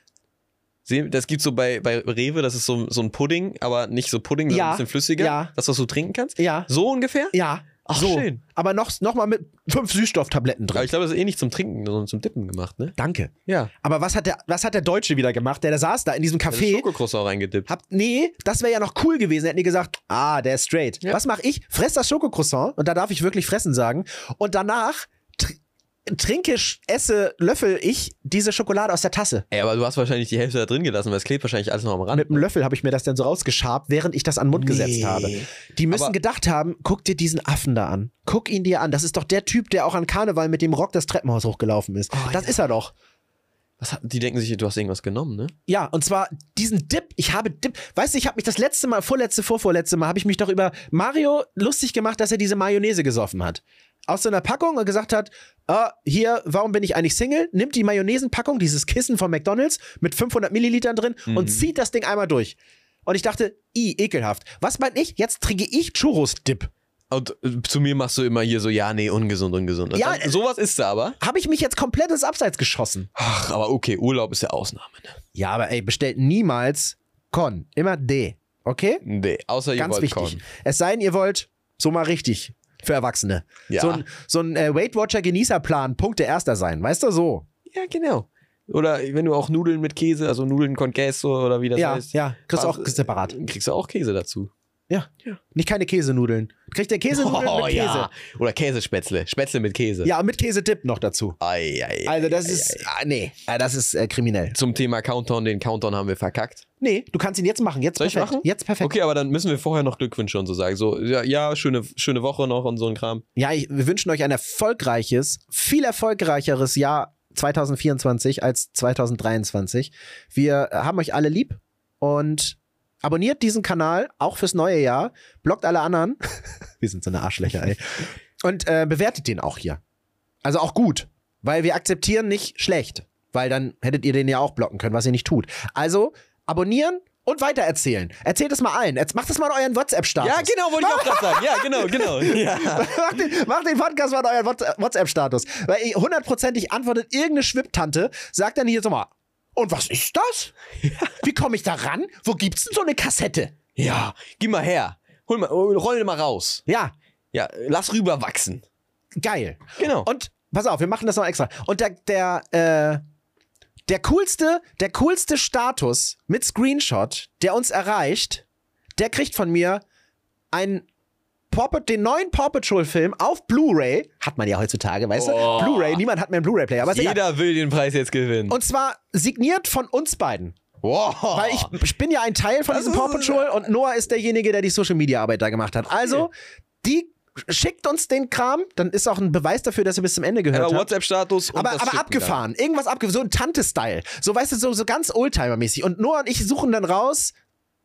See- Das gibt so bei, bei Rewe, das ist so, so ein Pudding, aber nicht so Pudding, sondern Ja, ein bisschen flüssiger. ja. Das, was du trinken kannst? Ja. So ungefähr? Ja. Ach, so. schön. Aber noch, noch mal mit fünf Süßstofftabletten drin. Aber ich glaube, das ist eh nicht zum Trinken, sondern zum Dippen gemacht, ne? Danke. Ja. Aber was hat, der, was hat der Deutsche wieder gemacht? Der, der saß da in diesem Da ist Café. Schokocroissant reingedippt. Hab, nee, das wäre ja noch cool gewesen. Hätten die gesagt, ah, der ist straight. Ja. Was mache ich? Fress das Schokocroissant und da darf ich wirklich fressen sagen. Und danach tr trinke, sch- esse, löffel ich diese Schokolade aus der Tasse. Ey, aber du hast wahrscheinlich die Hälfte da drin gelassen, weil es klebt wahrscheinlich alles noch am Rand. Mit einem Löffel habe ich mir das dann so rausgeschabt, während ich das an den Mund gesetzt Nee. habe. Die müssen Aber- gedacht haben, guck dir diesen Affen da an. Guck ihn dir an. Das ist doch der Typ, der auch an Karneval mit dem Rock das Treppenhaus hochgelaufen ist. Oh, das ja. ist er doch. Was hat, die denken sich, du hast irgendwas genommen, ne? Ja, und zwar diesen Dip. Ich habe Dip. Weißt du, ich habe mich das letzte Mal, vorletzte, vorvorletzte Mal, habe ich mich doch über Mario lustig gemacht, dass er diese Mayonnaise gesoffen hat. Aus so einer Packung und gesagt hat, ah, hier, warum bin ich eigentlich Single? Nimmt die Mayonnaisenpackung, dieses Kissen von McDonald's mit fünfhundert Millilitern drin und zieht das Ding einmal durch. Und ich dachte, i, ekelhaft. Was mein ich? Jetzt trinke ich Churros-Dip. Und äh, zu mir machst du immer hier so, ja, nee, ungesund, ungesund. Und Ja, dann, sowas ist da aber. Habe ich mich jetzt komplett ins Abseits geschossen. Ach, aber okay, Urlaub ist ja Ausnahme, ne? Ja, aber ey, bestellt niemals Con. Immer D. Okay? Nee, außer ihr Ganz wollt wichtig. Korn. Es sei denn, ihr wollt so mal richtig für Erwachsene. Ja. So ein, so ein äh, Weight Watcher Genießerplan, Punkte erster sein. Weißt du, so. Ja, genau. Oder wenn du auch Nudeln mit Käse, also Nudeln con queso oder wie das Ja, heißt. ja. Kriegst du auch Also, separat. Kriegst du auch Käse dazu. Ja. Ja. Nicht keine Käsenudeln. Kriegt der Käsenudeln Oh, mit Käse. ja. Oder Käsespätzle. Spätzle mit Käse. Ja, und mit Käse-Dip noch dazu. Ei, ei, Also das ei, ist, ei. ah, nee, ah, das ist äh, kriminell. Zum Thema Countdown, den Countdown haben wir verkackt. Nee, du kannst ihn jetzt machen. Jetzt Soll ich perfekt. machen? Jetzt perfekt. Okay, aber dann müssen wir vorher noch Glückwünsche und so sagen. So, ja, ja schöne, schöne Woche noch und so ein Kram. Ja, ich, wir wünschen euch ein erfolgreiches, viel erfolgreicheres Jahr zwanzig vierundzwanzig als zwanzig dreiundzwanzig. Wir haben euch alle lieb und abonniert diesen Kanal, auch fürs neue Jahr. Blockt alle anderen. Wir sind so eine Arschlöcher, ey. Und äh, bewertet den auch hier. Also auch gut, weil wir akzeptieren nicht schlecht. Weil dann hättet ihr den ja auch blocken können, was ihr nicht tut. Also abonnieren und weitererzählen. Erzählt es mal allen. Jetzt macht es mal in euren WhatsApp-Status. Ja, genau, wollte ich auch gerade sagen. Ja, genau, genau. Ja. macht, den, macht den Podcast mal in euren Whats- WhatsApp-Status. Weil ihr hundertprozentig antwortet irgendeine Schwipptante, sagt dann hier so mal, und was ist das? Wie komme ich da ran? Wo gibt's denn so eine Kassette? Ja, gib mal her. Hol mal, roll mal raus. Ja, Ja, lass rüber wachsen. geil. Genau. Und pass auf, wir machen das noch extra. Und der, der, äh, der coolste, der coolste Status mit Screenshot, der uns erreicht, der kriegt von mir einen Paw Pat- den neuen Paw Patrol-Film auf Blu-ray. Hat man ja heutzutage, weißt Oh. du? Blu-ray, niemand hat mehr einen Blu-ray-Player. Aber ist egal. Jeder will den Preis jetzt gewinnen. Und zwar signiert von uns beiden. wow. Weil ich, ich bin ja ein Teil von Das diesem Paw ist- Patrol und Noah ist derjenige, der die Social-Media-Arbeit da gemacht hat. Also, die schickt uns den Kram, dann ist auch ein Beweis dafür, dass ihr bis zum Ende gehört aber habt. WhatsApp-Status und Aber, das aber schicken abgefahren. Irgendwas abgefahren. So ein Tante-Style. So, weißt du, so, so ganz Oldtimer-mäßig. Und Noah und ich suchen dann raus,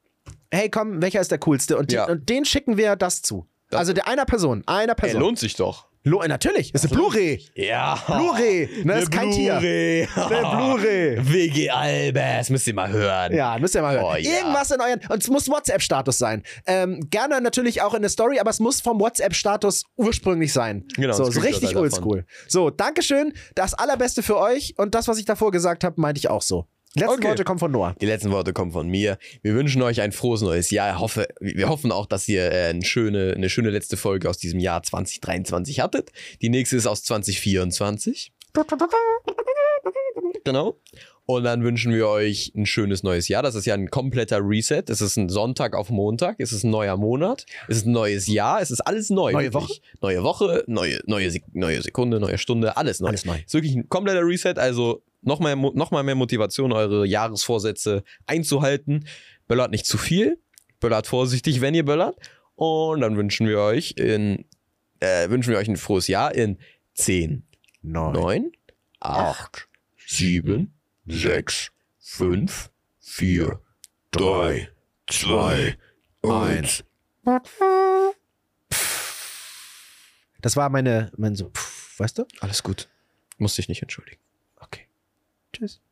hey, komm, welcher ist der coolste? Und, Ja. den, und den schicken wir das zu. Das- also der einer Person. Einer Dann. Ey, Person. lohnt sich doch. Lo natürlich. Das ist eine Blu-ray. Ja. Blu-ray. Ne, Eine ist kein Tier. Blu-ray. Eine Blu-ray. W G Albers, müsst ihr mal hören. Ja, müsst ihr mal hören. Oh, ja. Irgendwas in euren. Und es muss WhatsApp-Status sein. Ähm, gerne natürlich auch in der Story, aber es muss vom WhatsApp-Status ursprünglich sein. Genau, So, ein so Screenshot richtig davon. oldschool. So, Dankeschön. Das Allerbeste für euch. Und das, was ich davor gesagt habe, meinte ich auch so. Letzte Okay. Worte kommen von Noah. Die letzten Worte kommen von mir. Wir wünschen euch ein frohes neues Jahr. Ich hoffe, wir hoffen auch, dass ihr äh, eine, schöne, eine schöne letzte Folge aus diesem Jahr zwanzig dreiundzwanzig hattet. Die nächste ist aus zwanzig vierundzwanzig. Genau. Und dann wünschen wir euch ein schönes neues Jahr. Das ist ja ein kompletter Reset. Es ist ein Sonntag auf Montag. Es ist ein neuer Monat. Es ist ein neues Jahr. Es ist alles neu. Neue wirklich. Neue Woche, neue, neue, Sek- neue Sekunde, neue Stunde, alles neu. Alles neu. Es ist wirklich ein kompletter Reset. Also noch mal, noch mal mehr Motivation, eure Jahresvorsätze einzuhalten. Böllert nicht zu viel. Böllert vorsichtig, wenn ihr böllert. Und dann wünschen wir euch in, äh, wünschen wir euch ein frohes Jahr in zehn, Neun. neun, acht, sieben, sechs, fünf, vier, drei, zwei, eins. Das war meine, mein so, pff, weißt du? Alles gut. Muss dich nicht entschuldigen. Okay. Tschüss.